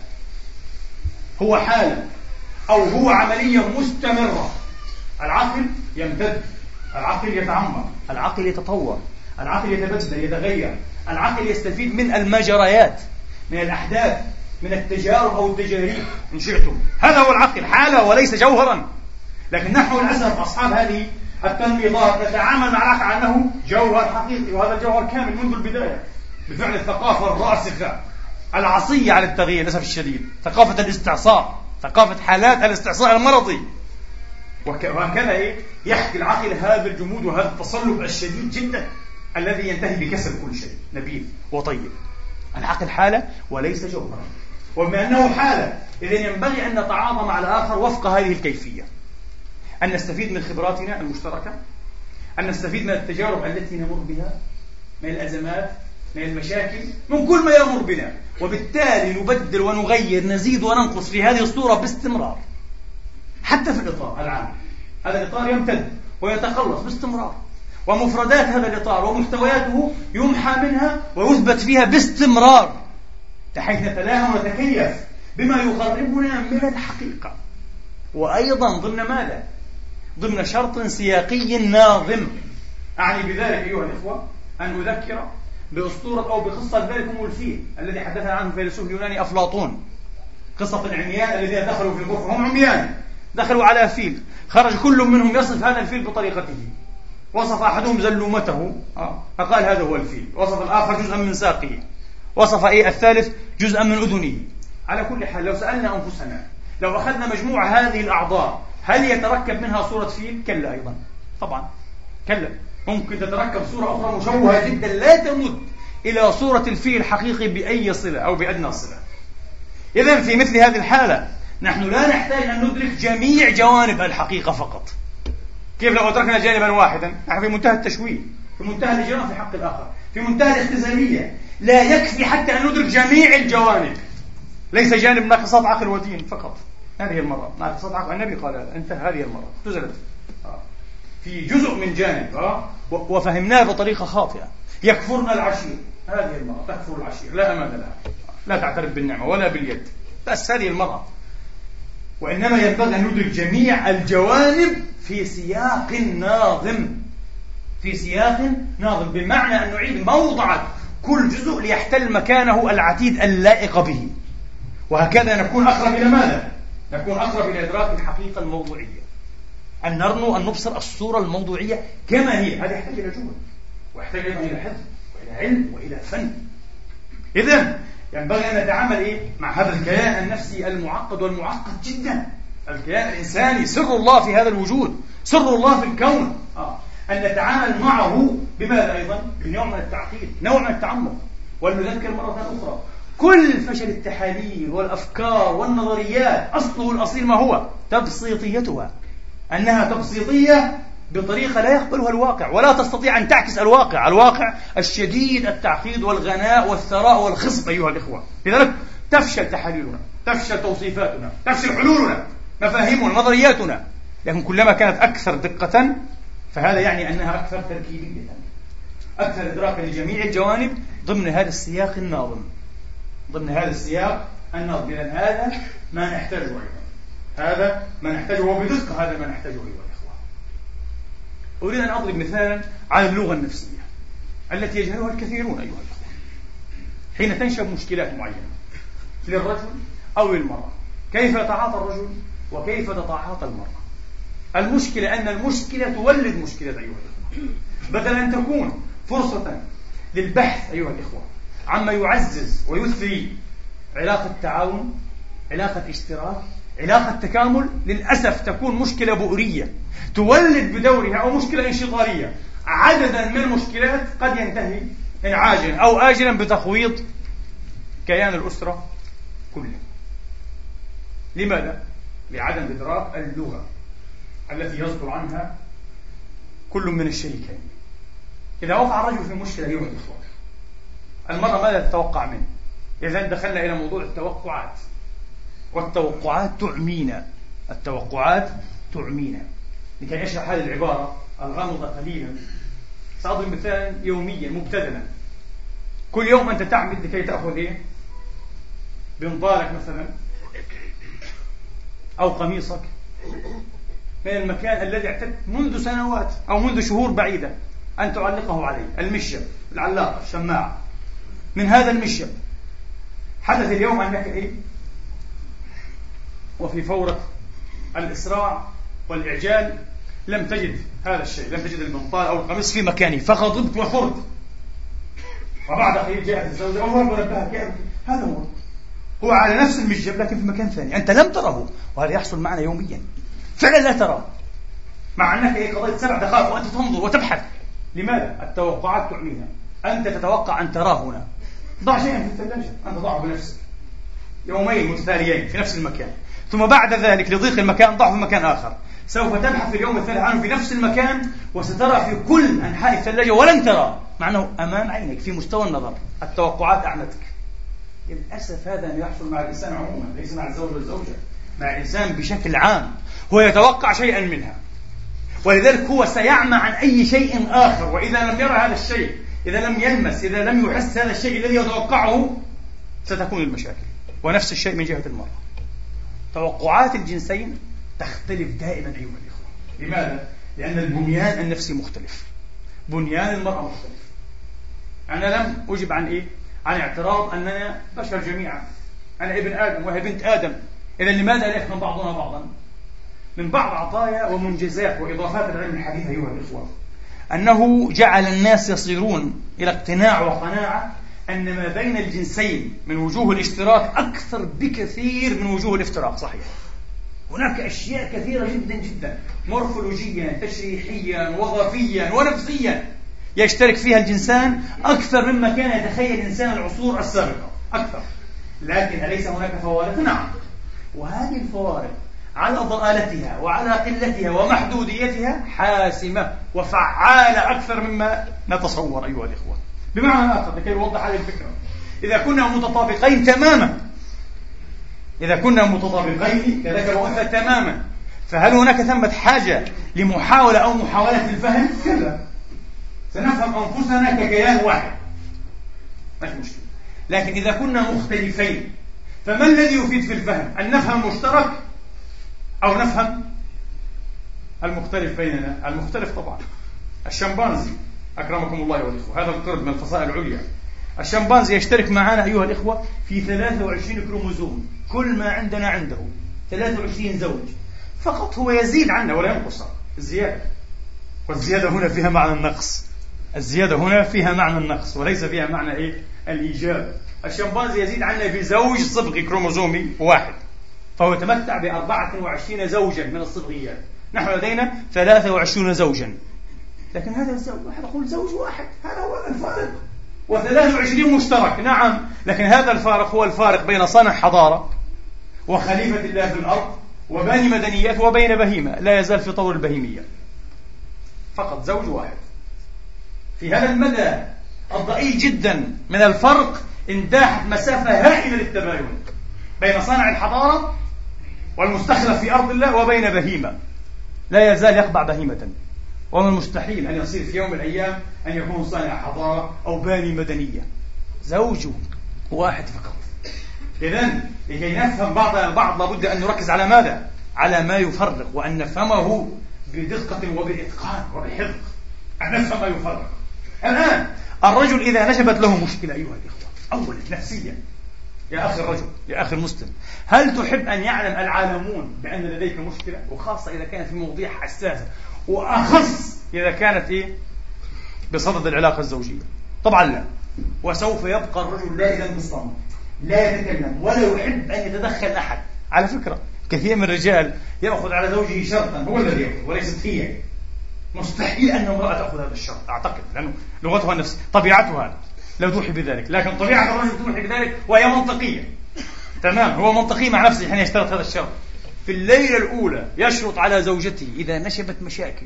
أو هو عملية مستمرة. العقل يمتد، العقل يتعمق، العقل يتطور، العقل يتبدل يتغير، العقل يستفيد من المجريات، من الأحداث، من التجارب أو التجارب إن شئتم. هذا هو العقل، حالة وليس جوهرا. لكن نحن للأسف أصحاب هذه التنميطات نتعامل مع العقل عنه جوهر حقيقي، وهذا الجوهر كامل منذ البداية بفعل الثقافة الراسخة العصية على التغيير للأسف الشديد، ثقافة الاستعصاء، ثقافة حالات الاستعصاء المرضي. وهكذا يحكي العقل هذا الجمود وهذا التصلب الشديد جدا الذي ينتهي بكسر كل شيء نبيل وطيب. العقل حالة وليس جوهرا، وبما أنه حالة إذن ينبغي أن نتعاطى مع الآخر وفق هذه الكيفية، أن نستفيد من خبراتنا المشتركة، أن نستفيد من التجارب التي نمر بها، من الأزمات، من المشاكل، من كل ما يمر بنا، وبالتالي نبدل ونغير، نزيد وننقص في هذه الصورة باستمرار حتى في الإطار العام. هذا الإطار يمتد ويتخلص باستمرار، ومفردات هذا الإطار ومحتوياته يمحى منها ويثبت فيها باستمرار، بحيث نتلاهم ونتكيف بما يقربنا من الحقيقة. وأيضا ضمن ماذا؟ ضمن شرط سياقي ناظم. أعني بذلك أيها الإخوة أن أذكر بأسطورة أو بقصة ذلكم الفيل الذي حدثنا عنه الفيلسوف اليوناني أفلاطون، قصة العميان الذين دخلوا في الغرفة، هم عميان دخلوا على فيل، خرج كل منهم يصف هذا الفيل بطريقته. وصف أحدهم زلومته فقال هذا هو الفيل، وصف الآخر جزءا من ساقه، وصف الثالث جزءا من أذنه. على كل حال لو سألنا أنفسنا، لو أخذنا مجموعة هذه الأعضاء هل يتركب منها صورة فيل؟ كلا أيضا، طبعا كلا. ممكن تتركب صورة أخرى مشوهة جدا لا تمد إلى صورة الفيل الحقيقي بأي صلة أو بأدنى صلة. إذن في مثل هذه الحالة نحن لا نحتاج أن ندرك جميع جوانب الحقيقة فقط. كيف لو أدركنا جانبا واحدا؟ نحن في منتهى التشويه، في منتهى الإجرام في حق الآخر، في منتهى الاختزالية. لا يكفي حتى أن ندرك جميع الجوانب، ليس جانب ناقصات عقل ودين فقط. هذه المرة ناقصات عقل، النبي قال هذا، انتهى. هذه المرة اختزلت في جزء من جانب وفهمناه بطريقة خاطئة. يكفرنا العشير، هذه المرة تكفر العشير، لا أمان لها، لا تعترف بالنعمة ولا باليد، بس هذه المرة. وإنما ينبغي أن ندرك جميع الجوانب في سياق ناظم، في سياق ناظم، بمعنى أن نعيد موضع كل جزء ليحتل مكانه العتيد اللائق به. وهكذا نكون أقرب إلى ماذا؟ نكون أقرب إلى إدراك الحقيقة الموضوعية، أن نرنو أن نبصر الصورة الموضوعية كما هي. هذا يحتاج إلى جهد، ويحتاج أيضا إلى حفظ وإلى علم وإلى فن. إذن ينبغي أن نتعامل مع هذا الكيان النفسي المعقد والمعقد جدا. الكيان الإنساني سر الله في هذا الوجود، سر الله في الكون. أن نتعامل معه بماذا أيضا؟ بنوع من التعقيد، نوع من التعمق. ولنذكر مرة أخرى، كل فشل التحاليل والأفكار والنظريات أصله الأصيل ما هو؟ تبسيطيتها، أنها تبسيطية بطريقة لا يقبلها الواقع، ولا تستطيع أن تعكس الواقع الشديد التعقيد والغناء والثراء والخصب أيها الإخوة. لذلك تفشل تحاليلنا، تفشل توصيفاتنا، تفشل حلولنا، مفاهيمنا، نظرياتنا. لكن كلما كانت أكثر دقة فهذا يعني أنها أكثر تركيبية، أكثر إدراكا لجميع الجوانب ضمن هذا السياق الناظم، ضمن هذا السياق الناظم. إذن هذا ما نحتاجه أيضا، هذا ما نحتاجه، وبدقة هذا ما نحتاجه أيها الإخوة. أريد أن أضرب مثالا على اللغة النفسية التي يجهلها الكثيرون أيها الإخوة حين تنشب مشكلات معينة للرجل أو للمرأة. كيف يتعاطى الرجل وكيف تتعاطى المرأة؟ المشكلة أن المشكلة تولد مشكلة أيها الإخوة، بدل أن تكون فرصة للبحث أيها الإخوة عما يعزز ويثري علاقة تعاون، علاقة اشتراك، علاقة تكامل، للأسف تكون مشكلة بؤرية تولد بدورها، أو مشكلة انشطارية، عددا من المشكلات قد ينتهي إن عاجلا أو آجلا بتخويض كيان الأسرة كلها. لماذا؟ لعدم إدراك اللغة التي يصدر عنها كل من الشريكين. إذا وقع الرجل في مشكلة أيها الإخوة، المرأة ماذا تتوقع منه؟ إذا دخلنا إلى موضوع التوقعات، والتوقعات تعمينا، التوقعات تعمينا. لكي أشرح هذه العبارة الغامضة قليلا سأضرب مثالا يوميا مبتذلا. كل يوم أنت تعمل لكي تأخذ بنطالك مثلا أو قميصك من المكان الذي اعتدت منذ سنوات أو منذ شهور بعيدة أن تعلقه عليه، المشيب، العلاقة، الشماعة. من هذا المشيب حدث اليوم أنك وفي فورة الإسراع والإعجال لم تجد هذا الشيء، لم تجد البنطال أو القميص في مكانه، فغضبت وثرت. وبعد قليل جاءت الزوجة ونبهك، هذا هو على نفس المشيب لكن في مكان ثاني أنت لم تره، وهذا يحصل معنا يوميا. فعلا لا تراه، مع أنك قضيت 7 دقائق وأنت تنظر وتبحث. لماذا؟ التوقعات تعمينا. أنت تتوقع أن تراه هنا، ضع شيئا في الثلاجة، أنت ضعه بنفسك يومين متتاليين في نفس المكان، ثم بعد ذلك لضيق المكان ضعه في مكان آخر. سوف تبحث في اليوم الثالث عنه في نفس المكان وسترى في كل أنحاء الثلاجة ولن ترى، مع أنه أمام عينك في مستوى النظر. التوقعات أعمتك. للأسف هذا يحصل مع الإنسان عموما، ليس مع الزوج والزوجة، مع الإنسان بشكل عام. هو يتوقع شيئا منها، ولذلك هو سيعمى عن أي شيء آخر. وإذا لم يرى هذا الشيء، إذا لم يلمس، إذا لم يحس هذا الشيء الذي يتوقعه، ستكون المشاكل. ونفس الشيء من جهة المرأة. توقعات الجنسين تختلف دائما أيها الإخوة. لماذا؟ لأن البنيان النفسي مختلف، بنيان المرأة مختلف. أنا لم أجب عن عن اعتراض أننا بشر جميعا، أنا ابن آدم وهي بنت آدم. إذا لماذا لا يفهم بعضنا بعضا؟ من بعض عطايا ومنجزات وإضافات العلم الحديث أيها الإخوة أنه جعل الناس يصيرون إلى اقتناع وقناعة أن ما بين الجنسين من وجوه الاشتراك أكثر بكثير من وجوه الافتراق. صحيح، هناك أشياء كثيرة جدا جدا مورفولوجيا، تشريحيا، وظيفيا، ونفسيا يشترك فيها الجنسان أكثر مما كان يتخيل الإنسان العصور السابقة، أكثر. لكن أليس هناك فوارق؟ نعم. وهذه الفوارق على ضآلتها وعلى قلتها ومحدوديتها حاسمة وفعالة أكثر مما نتصور أيها الإخوة. بمعنى آخر، لكي نوضح هذه الفكرة، إذا كنا متطابقين تماما، إذا كنا متطابقين كذكر وأنثى تماما، فهل هناك ثمة حاجة لمحاولة أو محاولة الفهم؟ كلا، سنفهم أنفسنا ككيان واحد، مش مشكلة. لكن إذا كنا مختلفين، فما الذي يفيد في الفهم؟ أن نفهم المشترك أو نفهم المختلف بيننا؟ المختلف طبعا. الشمبانزي أكرمكم الله والإخوة، هذا القرد من الفصائل العليا، الشمبانزي يشترك معنا أيها الإخوة في 23 كروموزوم، كل ما عندنا عنده 23 زوج، فقط هو يزيد عنا ولا ينقص، الزيادة. والزيادة هنا فيها معنى النقص، الزيادة هنا فيها معنى النقص وليس فيها معنى الإيجاب. الشمبانزي يزيد عنا بزوج صبغي كروموزومي واحد، فهو يتمتع ب24 زوجا من الصبغيات. نحن لدينا 23 زوجا، لكن هذا الزوج واحد، أقول زوج واحد، هذا هو الفارق. و23 مشترك، نعم، لكن هذا الفارق هو الفارق بين صانع حضارة وخليفة الله في الأرض وباني مدنيات وبين بهيمة لا يزال في طور البهيمية. فقط زوج واحد. في هذا المدى الضئيل جدا من الفرق انداحت مسافة هائلة للتباين بين صانع الحضارة والمستخلف في أرض الله وبين بهيمة لا يزال يخضع بهيمة، ومن المستحيل أن يصير في يوم من الأيام أن يكون صانع حضارة أو باني مدنية. زوج واحد فقط. إذن لكي نفهم بعضنا البعض لابد أن نركز على ماذا؟ على ما يفرق، وأن نفهمه بدقة وبإتقان وبحفظ، أن نفهم ما يفرق. الآن الرجل إذا نشبت له مشكلة أيها الإخوة، أولا نفسيا، يا أخي الرجل، يا أخي المسلم، هل تحب أن يعلم العالمون بأن لديك مشكلة؟ وخاصة إذا كانت في مواضيع حساسة، وأخص إذا كانت بصدد العلاقة الزوجية. طبعا لا. وسوف يبقى الرجل لازما بالصمت، لا يتكلم ولا يحب أن يتدخل أحد. على فكرة كثير من الرجال يأخذ على زوجه شرطا هو الذي يأخذ وليست هي. مستحيل أن امرأة تأخذ هذا الشرط، أعتقد، لأنه لغتها النفس، طبيعتها لا توحي بذلك، لكن طبيعة الرجل توحي بذلك، وهي منطقية. تمام، هو منطقي مع نفسه حين يشترط هذا الشرط. في الليلة الأولى يشرط على زوجته إذا نشبت مشاكل،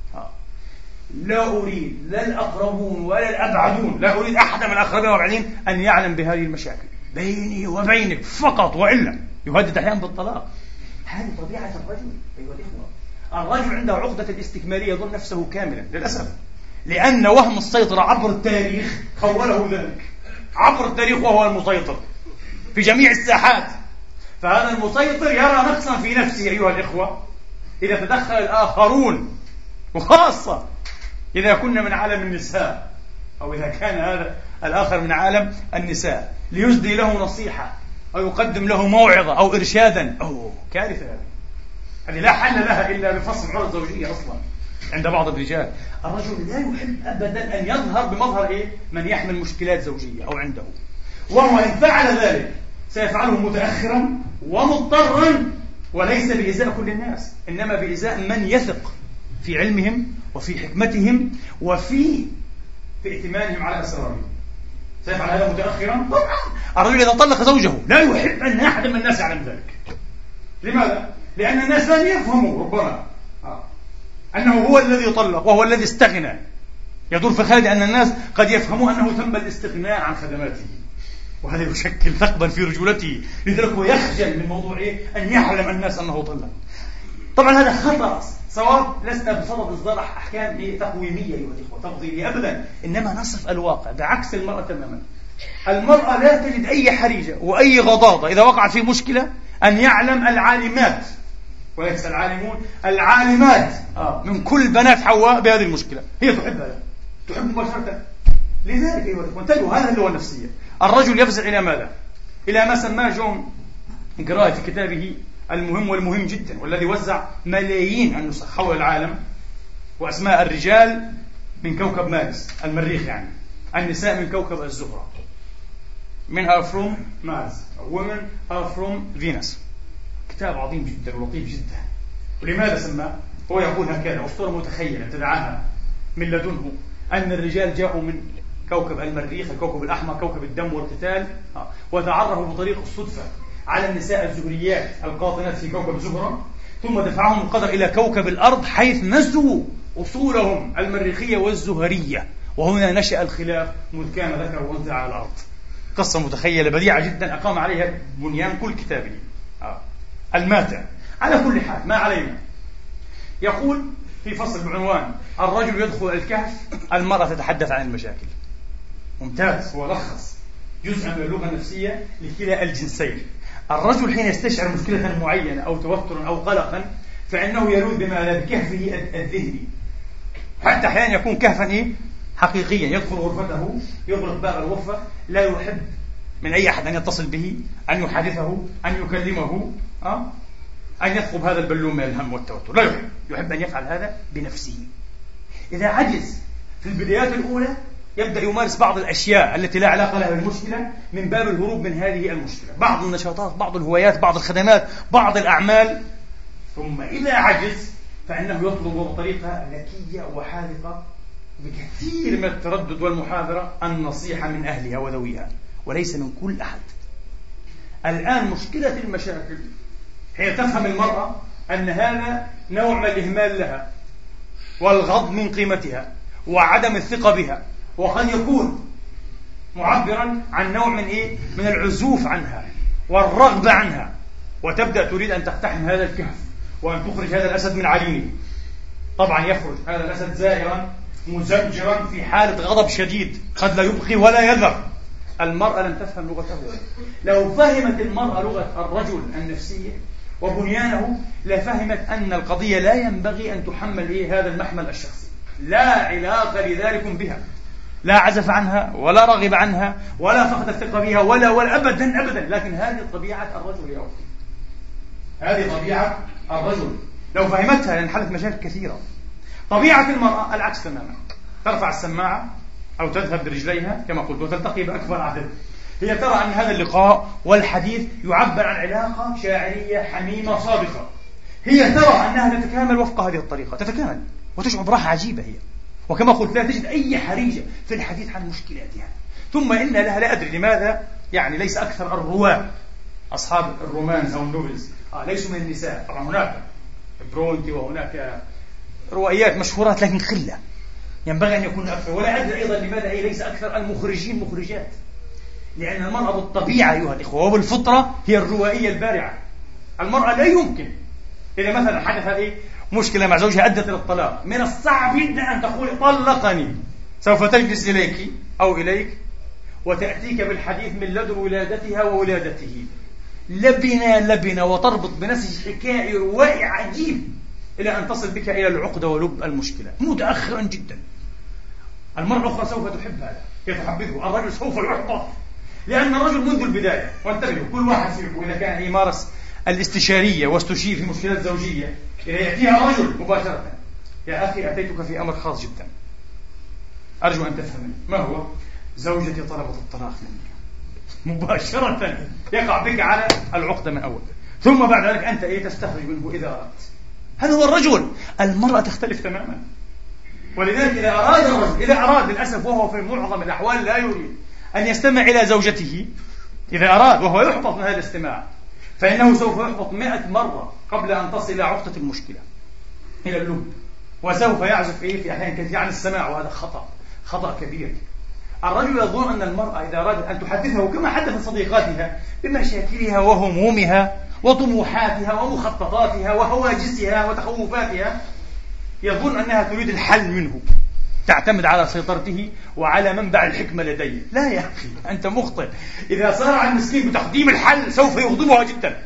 لا أريد لا الأقربون ولا الأبعدون، لا أريد أحد من الأقربين والأبعدين أن يعلم بهذه المشاكل بيني وبينك فقط، وإلا يهدد أحيانا بالطلاق. هذه طبيعة الرجل أيها الإخوة. الرجل عنده عقدة الاستكمالية، يظن نفسه كاملا للأسف، لأن وهم السيطرة عبر التاريخ خوله ذلك. عبر التاريخ وهو المسيطر في جميع الساحات. فهذا المسيطر يرى نقصا في نفسه أيها الإخوة إذا تدخل الآخرون، وخاصة إذا كنا من عالم النساء، أو إذا كان هذا الآخر من عالم النساء، ليسدي له نصيحة أو يقدم له موعظة أو إرشادا. كارثة هذه لا حل لها إلا بفصل العلاقة الزوجية أصلا عند بعض الرجال. الرجل لا يحب أبدا أن يظهر بمظهر من يحمل مشكلات زوجية أو عنده، وهو إن فعل ذلك سيفعله متأخرا ومضطرا، وليس بإزاء كل الناس، إنما بإزاء من يثق في علمهم وفي حكمتهم وفي ائتمانهم على أسرارهم. سيفعل هذا متأخرا. الرجل إذا طلق زوجه لا يحب أن أحد من الناس يعلم ذلك. لماذا؟ لأن الناس لن يفهموا ربما أنه هو الذي طلق وهو الذي استغنى. يدور في خالد أن الناس قد يفهموا أنه تم الاستغناء عن خدماته، وهذا يشكل ثقبا في رجولته، لذلك هو يخجل من موضوع أن يعلم الناس أنه طلق. طبعا هذا خطأ. صواب، لسنا بصدد إصدار أحكام تقويمية أيها الإخوة تفضيلية أبدا، إنما نصف الواقع بعكس المرأة تماما. المرأة لا تجد أي حريجة وأي غضاضة إذا وقعت في مشكلة أن يعلم العالمات وليس العالمون، العالمات من كل بنات حواء بهذه المشكلة. هي تحب هذا، تحب مباشرة. لذلك أيها الإخوة انتبهوا، هذا اللي هو النفسية. الرجل يفزع إلى ماذا؟ إلى ما سماه جون جراي في كتابه المهم والمهم جدا، والذي وزع ملايين النسخ حول العالم، وأسماء الرجال من كوكب مارس المريخ، يعني النساء من كوكب الزهرة. Men are from Mars, women are from Venus. كتاب عظيم جدا ولطيف جدا. ولماذا سماه؟ هو يقول هكذا، أسطورة متخيلة ابتدعها من لدنه، أن الرجال جاءوا من كوكب المريخ، الكوكب الأحمر، كوكب الدم والقتال، وتعرفوا بطريق الصدفة على النساء الزهريات القاطنات في كوكب زهرة، ثم دفعهم القدر إلى كوكب الأرض حيث نسوا أصولهم المريخية والزهرية، وهنا نشأ الخلاف مذ كان ذكر وأنثى على الأرض. قصة متخيلة بديعة جدا أقام عليها بنيان كل كتابه الماتع. على كل حال ما علينا. يقول في فصل بعنوان الرجل يدخل الكهف، المرأة تتحدث عن المشاكل. ممتاز، هو لخص جزءا من اللغة النفسية لكلا الجنسين. الرجل حين يستشعر مشكلة معينة أو توترا أو قلقا فإنه يلوذ بما بكهفه الذهني، حتى أحيانا يكون كهفا حقيقيا. يدخل غرفته، يغلق باب الغرفة، لا يحب من أي أحد أن يتصل به، أن يحادثه، أن يكلمه، أن يثقب هذا البلوم من الهم والتوتر. لا يحب أن يفعل هذا بنفسه. إذا عجز في البدايات الأولى يبدأ يمارس بعض الأشياء التي لا علاقة لها بالمشكلة من باب الهروب من هذه المشكلة، بعض النشاطات، بعض الهوايات، بعض الخدمات، بعض الأعمال. ثم إذا عجز فإنه يطلب بطريقة ذكية وحاذقة بكثير من التردد والمحاذرة النصيحة من أهلها وذويها، وليس من كل أحد. الآن مشكلة المشاكل هي تفهم المرأة أن هذا نوع من الإهمال لها والغض من قيمتها وعدم الثقة بها، وقد يكون معبرا عن نوع من من العزوف عنها والرغبة عنها، وتبدأ تريد أن تقتحم هذا الكهف وأن تخرج هذا الأسد من علينه. طبعا يخرج هذا الأسد زائرا مزمجرا في حالة غضب شديد قد لا يبقي ولا يذر. المرأة لم تفهم لغته. لو فهمت المرأة لغة الرجل النفسية وبنيانه لفهمت أن القضية لا ينبغي أن تحمل هذا المحمل الشخصي، لا علاقة لذلك بها، لا عزف عنها ولا رغب عنها ولا فقد الثقة بها ولا أبدا أبدا. لكن هذه طبيعة الرجل يا أختي، هذه طبيعة الرجل. لو فهمتها لانحلت مشاكل كثيرة. طبيعة المرأة العكس تماما، ترفع السماعة أو تذهب برجليها كما قلت وتلتقي بأكبر عدد. هي ترى أن هذا اللقاء والحديث يعبر عن علاقة شاعرية حميمة صادقة. هي ترى أنها تتكامل وفق هذه الطريقة، تتكامل وتشعر براحة عجيبة هي، وكما قلت لا تجد أي حريجة في الحديث عن مشكلاتها. ثم إن لها لا أدري لماذا ليس أكثر الرواة أصحاب الرومانز أو النوفلز ليسوا من النساء. طبعا هناك برونتي وهناك روائيات مشهورات لكن قلة، ينبغي أن يكون أكثر. ولا أدري أيضا لماذا ليس أكثر المخرجين مخرجات، لأن المرأة بالطبيعة أيها الإخوة وبالفطرة هي الروائية البارعة. المرأة لا يمكن إذا مثلا حدث مشكلة مع زوجها أدت إلى الطلاق، من الصعب جدا أن تقول طلقني. سوف تجلس إليك أو إليك وتأتيك بالحديث من لدن ولادتها وولادته لبنة وتربط بنفسه حكاية روائي عجيب إلى أن تصل بك إلى العقدة ولب المشكلة متأخرا جدا. المرأة الأخرى سوف تحب هذا، يتحبذه. الرجل سوف يحبط، لأن الرجل منذ البداية، وانتبهوا كل واحد فيكم إذا كان يمارس الاستشارية واستشير في مشكلات زوجية، إذا يأتيها رجل مباشرة يا أخي أتيتك في أمر خاص جدا أرجو أن تفهمني، ما هو؟ زوجتي طلبت الطلاق مني، مباشرة يقع بك على العقدة من أول، ثم بعد ذلك أنت تستخرج منه إذا أردت. هذا هو الرجل. المرأة تختلف تماما. ولذلك إذا أراد للأسف وهو في معظم الأحوال لا يريد أن يستمع إلى زوجته، إذا أراد وهو يحبط من هذا الاستماع فإنه سوف يحبط 100 مرة قبل أن تصل إلى عقدة المشكلة إلى اللب، وسوف يعزف في أحيان كثير عن السماع، وهذا خطأ كبير. الرجل يظن أن المرأة إذا أرادت أن تحدثه كما حدثت صديقاتها بمشاكلها وهمومها وطموحاتها ومخططاتها وهواجسها وتخوفاتها، يظن أنها تريد الحل منه، تعتمد على سيطرته وعلى منبع الحكمة لديه. لا يا أخي، أنت مخطئ. إذا صارع المسكين بتقديم الحل سوف يغضبها جدا،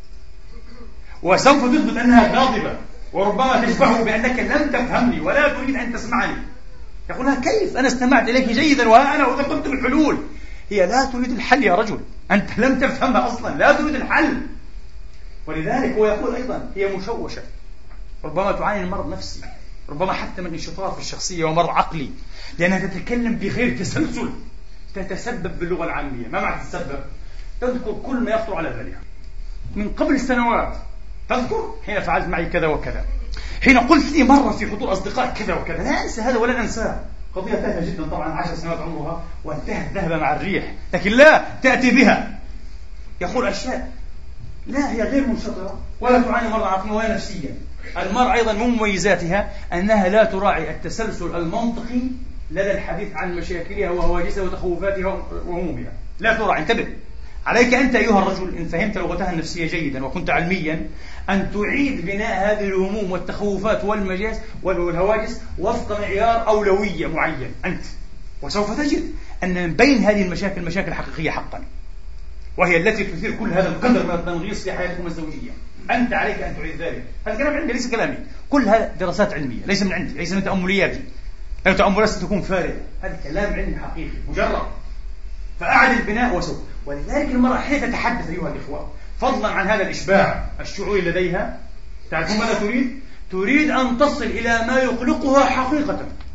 وسوف تثبت أنها غاضبة، وربما تشبهه بأنك لم تفهمني ولا تريد أن تسمعني. يقول لها كيف أنا استمعت إليك جيدا وأنا قمت بالحلول. هي لا تريد الحل يا رجل، أنت لم تفهمها أصلا، لا تريد الحل. ولذلك هو يقول أيضا هي مشوشة، ربما تعاني من مرض نفسي، ربما حتى من انشطار في الشخصية ومرض عقلي، لأنها تتكلم بغير تسلسل، تتسبب باللغة العامية. ما معنى تتسبب؟ تذكر كل ما يخطر على بالها من قبل سنوات، تذكر حين فعلت معي كذا وكذا، حين قلت لي مرة في حضور أصدقاء كذا وكذا، لا أنسى هذا ولا أنساه. قضية تافهة جدا طبعا، 10 سنوات عمرها وانتهت ذهب مع الريح، لكن لا تأتي بها. يقول أشياء لا هي غير منشطرة ولا تعاني مرض عقلي ولا نفسيا. المرأة أيضا من مميزاتها أنها لا تراعي التسلسل المنطقي لدى الحديث عن مشاكلها وهواجسها وتخوفاتها وهمومها، لا تراعي. انتبه، عليك أنت أيها الرجل إن فهمت لغتها النفسية جيدا وكنت علميا أن تعيد بناء هذه الهموم والتخوفات والهواجس وفق معيار أولوية معين أنت، وسوف تجد أن من بين هذه المشاكل مشاكل حقيقية حقا، وهي التي تثير كل هذا القدر من التنغيص في حياتكم الزوجية. أنت عليك أن تعيد ذلك. هذا كلام علمي ليس كلامي، كل هذا دراسات علمية ليس من عندي، ليس من تأملياتي. لو تأملات ستكون فارغة، هذا كلام علمي حقيقي مجرد. فأعد البناء وسوف. ولذلك المرأة حين تتحدث أيها الإخوة، فضلا عن هذا الإشباع الشعوري لديها، تعرفون ماذا تريد؟ تريد أن تصل إلى ما يقلقها حقيقة،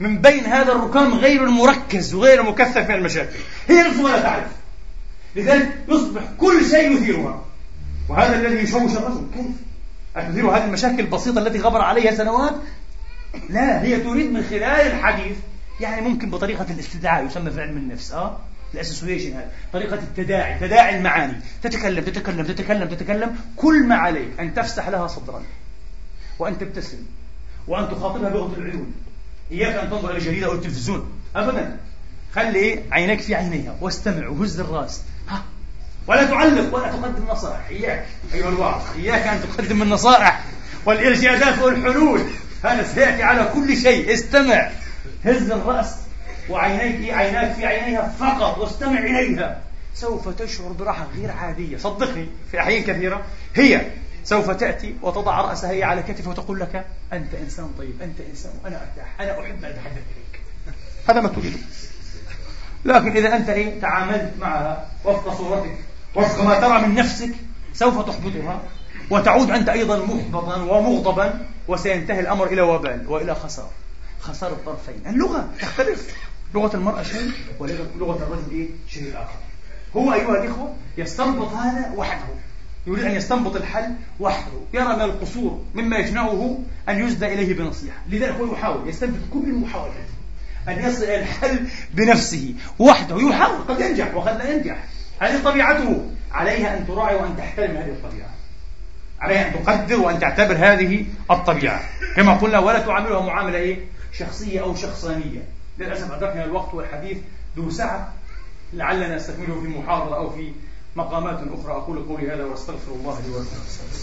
من بين هذا الركام غير المركز وغير المكثف من المشاكل، هي نفسها لا تعرف، لذلك يصبح كل شيء يثيرها. وهذا الذي يشوش الرجل، كيف أتثير هذه المشاكل البسيطة التي غبر عليها سنوات؟ لا، هي تريد من خلال الحديث، يعني ممكن بطريقة الاستدعاء، يسمى في علم النفس الاسوسيشن، هذا طريقة التداعي، تداعي المعاني، تتكلم تتكلم تتكلم تتكلم، كل ما عليك أن تفسح لها صدرا وأن تبتسم وأن تخاطبها بغض العيون. إياك أن تنظر إلى الجريدة أو التلفزيون أبدا، خلي عينيك في عينيها واستمع وهز الرأس، ولا تعلق ولا تقدم نصائح. إياك أيها الواعظ، إياك أن تقدم النصائح والإرشادات والحلول، هذا سيأتي على كل شيء. استمع، هز الرأس عيناك في عينيها فقط واستمع إليها، سوف تشعر براحة غير عادية. صدقني، في أحيان كثيرة هي سوف تأتي وتضع رأسها هي على كتفه وتقول لك أنت إنسان طيب، أنت إنسان، أنا أرتاح، أنا أحب أن أتحدث إليك. هذا ما تريده. لكن إذا أنت تعاملت معها وفق صورتك، وفق ما ترى من نفسك، سوف تحبطها وتعود أنت أيضا محبطا ومغضبا، وسينتهي الأمر إلى وبال وإلى خسارة الطرفين. اللغة تختلف، لغة المرأة شيء ولغة الرجل شيء آخر. هو أيها الإخوة يستنبط هذا وحده، يريد أن يستنبط الحل وحده، يرى من القصور مما يجنعه أن يسدى إليه بنصيحة، لذلك هو يحاول يستنبط كل المحاولات أن يصل إلى الحل بنفسه وحده. يحاول، قد ينجح وقد لا ينجح، هذه طبيعته. عليها أن تراعي وأن تحترم هذه الطبيعة، عليها أن تقدر وأن تعتبر هذه الطبيعة كما قلنا، ولا تعاملها معاملة شخصية أو شخصانية. للأسف أدركنا الوقت والحديث ذو سعة، لعلنا نستكمله في محاضرة أو في مقامات أخرى. أقول قولي هذا واستغفر الله لي ولكم.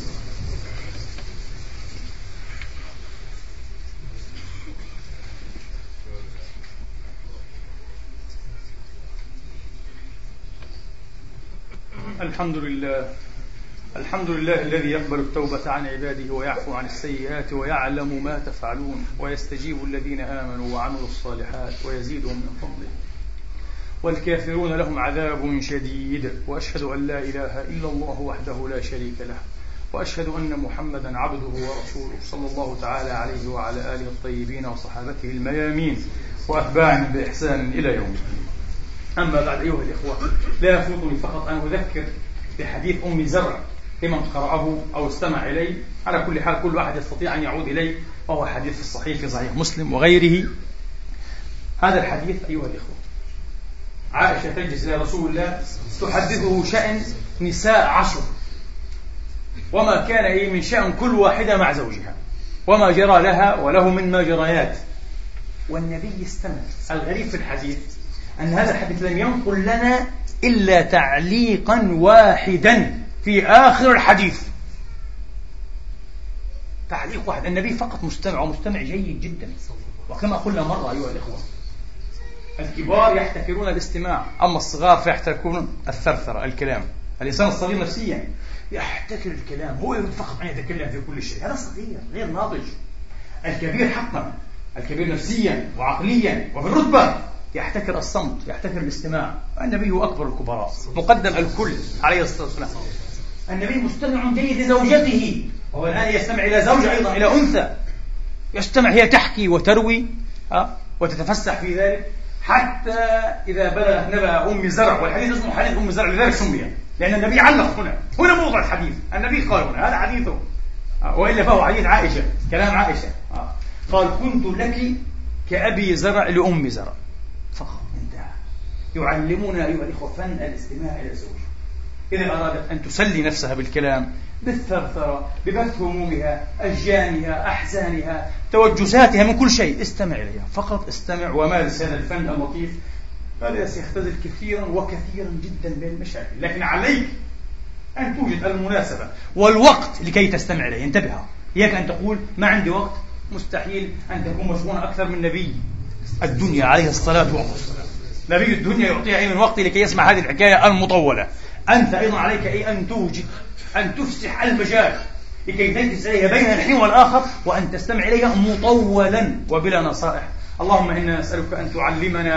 الحمد لله الذي يقبل التوبة عن عباده ويعفو عن السيئات ويعلم ما تفعلون ويستجيب الذين آمنوا وعملوا الصالحات ويزيدهم من فضله، والكافرون لهم عذاب شديد. وأشهد أن لا إله إلا الله وحده لا شريك له، وأشهد أن محمدا عبده ورسوله صلى الله تعالى عليه وعلى آله الطيبين وصحابته الميامين وأتباعهم بإحسان إلى يوم الدين. أما بعد أيها الإخوة، لا يفوتني فقط أن أذكر بحديث أم زرع لمن قرأه أو استمع إليه. على كل حال كل واحد يستطيع أن يعود إليه، وهو حديث في الصحيح في صحيح مسلم وغيره. هذا الحديث أيها الإخوة، عائشة تجلس إلى رسول الله تحدثه شأن نساء 10، وما كان من شأن كل واحدة مع زوجها، وما جرى لها وله من مجريات. والنبي استمع. الغريب في الحديث أن هذا الحديث لم ينقل لنا إلا تعليقا واحدا في آخر الحديث، تعليق واحد. النبي فقط مستمع، ومستمع جيد جدا. وكما قلنا مرة أيها الإخوة، الكبار يحتكرون الاستماع، أما الصغار فيحتكرون الثرثرة، الكلام. الإنسان الصغير نفسيا يحتكر الكلام، هو يريد فقط أن يتكلم في كل شيء، هذا صغير غير ناضج. الكبير حقا، الكبير نفسيا وعقليا وفي الرتبة يحتكر الصمت، يحتكر الاستماع. النبي هو أكبر الكبراء، مقدم الكل عليه الصلاة والسلام. النبي مستمع جيد لزوجته، وهو الآن يستمع إلى زوجة أيضا، إلى أنثى، يستمع، هي تحكي وتروي وتتفسح في ذلك، حتى إذا بلغت نبأ أم زرع. والحديث اسمه حديث أم زرع لذلك سمي، لأن النبي علق هنا موضع الحديث. النبي قال هنا هذا حديثه، وإلا فهو حديث عائشة، كلام عائشة. قال كنت لك كأبي زرع لأم زرع، فقط انتهى. يعلمنا أيها الإخوة فن الاستماع إلى الزوج. إذا أرادت أن تسلي نفسها بالكلام، بالثرثرة، ببث همومها، أشجانها، أحزانها، توجساتها، من كل شيء، استمع إليها، فقط استمع ومارس هذا الفن اللطيف. هذا سيختزل كثيرا وكثيرا جدا من المشاكل، لكن عليك أن توجد المناسبة والوقت لكي تستمع إليه. انتبه، إياك أن تقول ما عندي وقت. مستحيل أن تكون مشغولا أكثر من نبي الدنيا عليه الصلاة والسلام. نبي الدنيا يعطيها من وقت لكي يسمع هذه الحكاية المطولة. أنت أيضا عليك أن توجد، أن تفسح المجال لكي تجلس إليها بين الحين والآخر، وأن تستمع إليها مطولا وبلا نصائح. اللهم إنا نسألك أن تعلمنا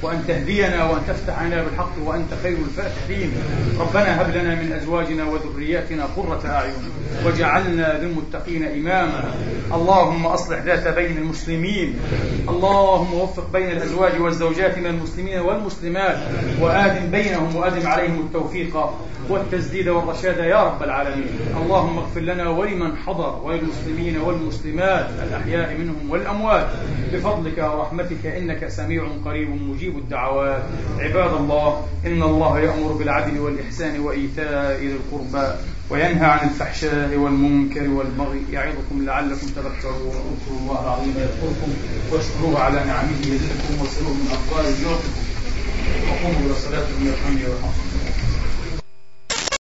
وأن تهدينا وأن تفتح علينا بالحق وأنت خير الفاتحين. ربنا هب لنا من أزواجنا وذرياتنا قرة أعين وجعلنا للمتقين إماما. اللهم أصلح ذات بين المسلمين، اللهم وفق بين الأزواج والزوجات من المسلمين والمسلمات، وآدم بينهم وآدم عليهم التوفيق والتسديد والرشاد يا رب العالمين. اللهم اغفر لنا ولمن حضر وللمسلمين والمسلمات الأحياء منهم والأموات بفضلك ورحمتك، إنك سميع قريب مجيب الدعوات. عباد الله، إن الله يأمر بالعدل والإحسان وإيتاء ذي القربى وينهى عن الفحشاء والمنكر والبغي يعظكم لعلكم تذكرون. اذكروا الله العظيم يذكركم واشكروه على نعمه يزدكم واسألوه من أفضال يعطكم. وقوموا إلى صلاتكم يرحمني ويرحمكم.